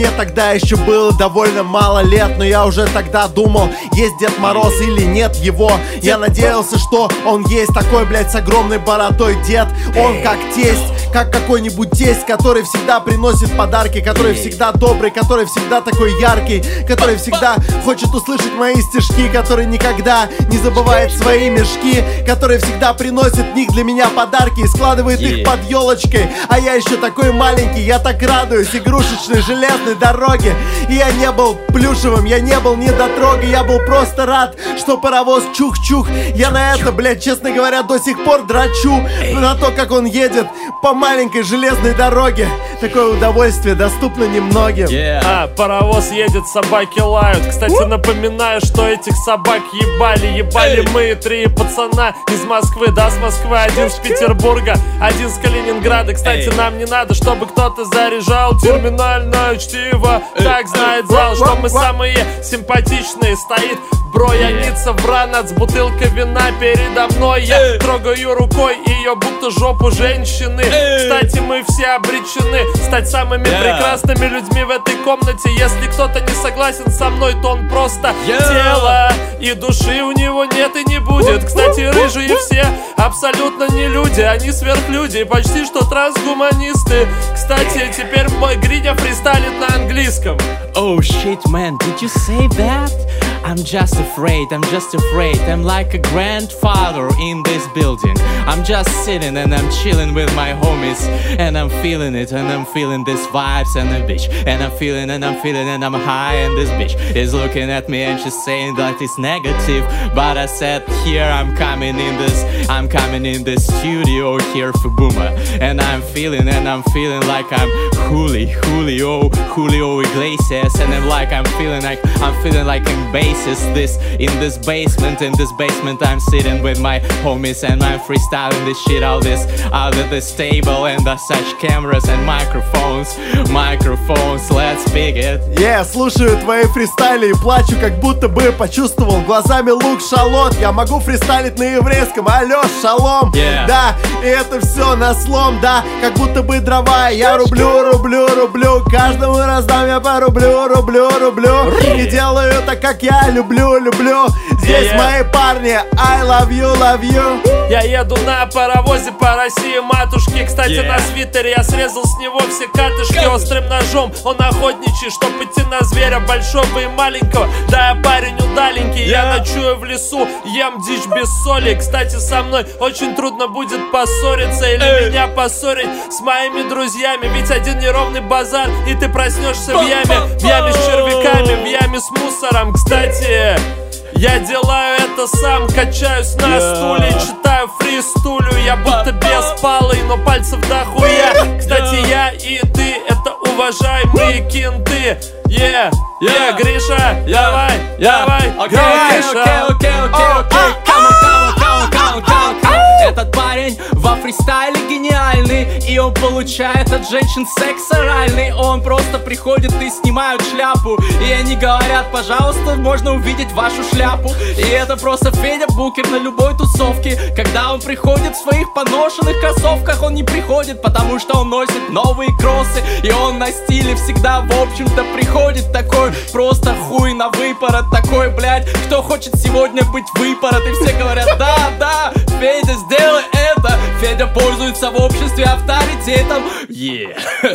тогда еще было довольно мало лет, но я уже тогда думал, есть Дед Мороз или нет его. Я надеялся, что он есть такой, блядь, с огромной бородой дед. Он как тесть, как какой-нибудь тесть, который всегда приносит подарки, который всегда добрый, который всегда такой яркий, который всегда хочет услышать мои стишки, который никогда не забывает свои мешки, который всегда приносит в них для меня подарки и складывает их под елочкой. А я еще такой маленький, я так радуюсь игрушечной железной дороге. И я не был плюшевым, я не был недотрогой, я был просто рад, что паровоз чух-чух. Я на это, блядь, честно говоря, до сих пор драчу, на то, как он едет по маленькой железной дороге. Такое удовольствие доступно немногим. Yeah. А, паровоз едет, собаки лают. Кстати, напоминаю, что этих собак ебали. Ебали мы, три пацана из Москвы. Да, с Москвы, один с Петербурга, один с Калининграда. Кстати, нам не надо, чтобы кто-то заряжал. Терминальное чтиво, так знает зал, что мы самые симпатичные. Стоит бро, янится вранат с бутылкой вина передо мной. Я трогаю рукой ее, будто жопу женщины. Кстати, мы все обречены стать самыми Yeah. прекрасными людьми в этой комнате. Если кто-то не согласен со мной, то он просто Yeah. тело, и души у него нет и не будет. Кстати, рыжие все абсолютно не люди, они сверхлюди, почти что трансгуманисты. Кстати, теперь мой Гриня фристайлит на английском. Oh shit, man, did you say that? I'm just afraid, I'm just afraid. I'm like a grandfather in this building. I'm just sitting and I'm chilling with my homies. And I'm feeling it, and I'm feeling these vibes and the bitch. And I'm feeling and I'm feeling and I'm high, and this bitch is looking at me and she's saying that it's negative. But I said here I'm coming in this, I'm coming in the studio here for Boomer. And I'm feeling and I'm feeling like I'm Juli, Julio, Julio Iglesias. And I'm like, I'm feeling like, I'm feeling like I'm basis this, in this basement, in this basement I'm sitting with my homies and I'm freestyling this shit out this, out of this table. And there's such cameras and microphones, microphones, let's pick it. Я yeah, слушаю твои фристайли и плачу, как будто бы почувствовал глазами лук шалот. Я могу фристайлить на еврейском, алло, шалом. Yeah. Да, и это все на слом, да, как будто бы дрова. Я рублю, рублю, рублю, каждому раздам я по рублю, рублю, рублю. И делаю это, как я люблю, люблю. Здесь Yeah, yeah. мои парни, I love you, love you. Я еду на паровозе по России, матушки. Кстати, Yeah. на свитере я срезал с него все катышки. Острым ножом он охотничий, чтоб идти на зверя большого и маленького. Да, я парень удаленький, я Yeah. ночую в лесу, ем дичь без соли. Кстати, со мной очень трудно будет поссориться или Эй. меня поссорить с моими друзьями. Ведь один неровный базар, и ты проснешься в яме, в яме с червяками, в яме с мусором. Кстати, я делаю это сам, качаюсь на Yeah. стуле, читаю фристулю. Я будто беспалый, но пальцев дохуя. Кстати, Yeah. я и ты — это уважаемые кенты. Yeah, yeah, Yeah. Гриша, Yeah. давай, Yeah. давай, Окей, давай, окей, Гриша. окей, окей, окей, окей. Come on, come on, come on, come on, come on, come on. Этот парень во фристайле гениальный, и он получает от женщин секс оральный. Он просто приходит и снимают шляпу, и они говорят: пожалуйста, можно увидеть вашу шляпу. И это просто Федя Букер на любой тусовке. Когда он приходит в своих поношенных кроссовках, он не приходит, потому что он носит новые кроссы. И он на стиле всегда, в общем-то, приходит такой просто хуй на выпорот. Такой, блядь, кто хочет сегодня быть выпорот? И все говорят: да, да, Федя, сделай это. Федя пользуется в обществе авторитетом. Yeah.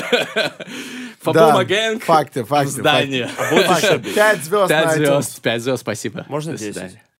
Фабума Гэнг. факты, факты, В здании. факты. Пять звезд Пять на iTunes. звезд. Пять звезд, спасибо. Можно До десять? свидания.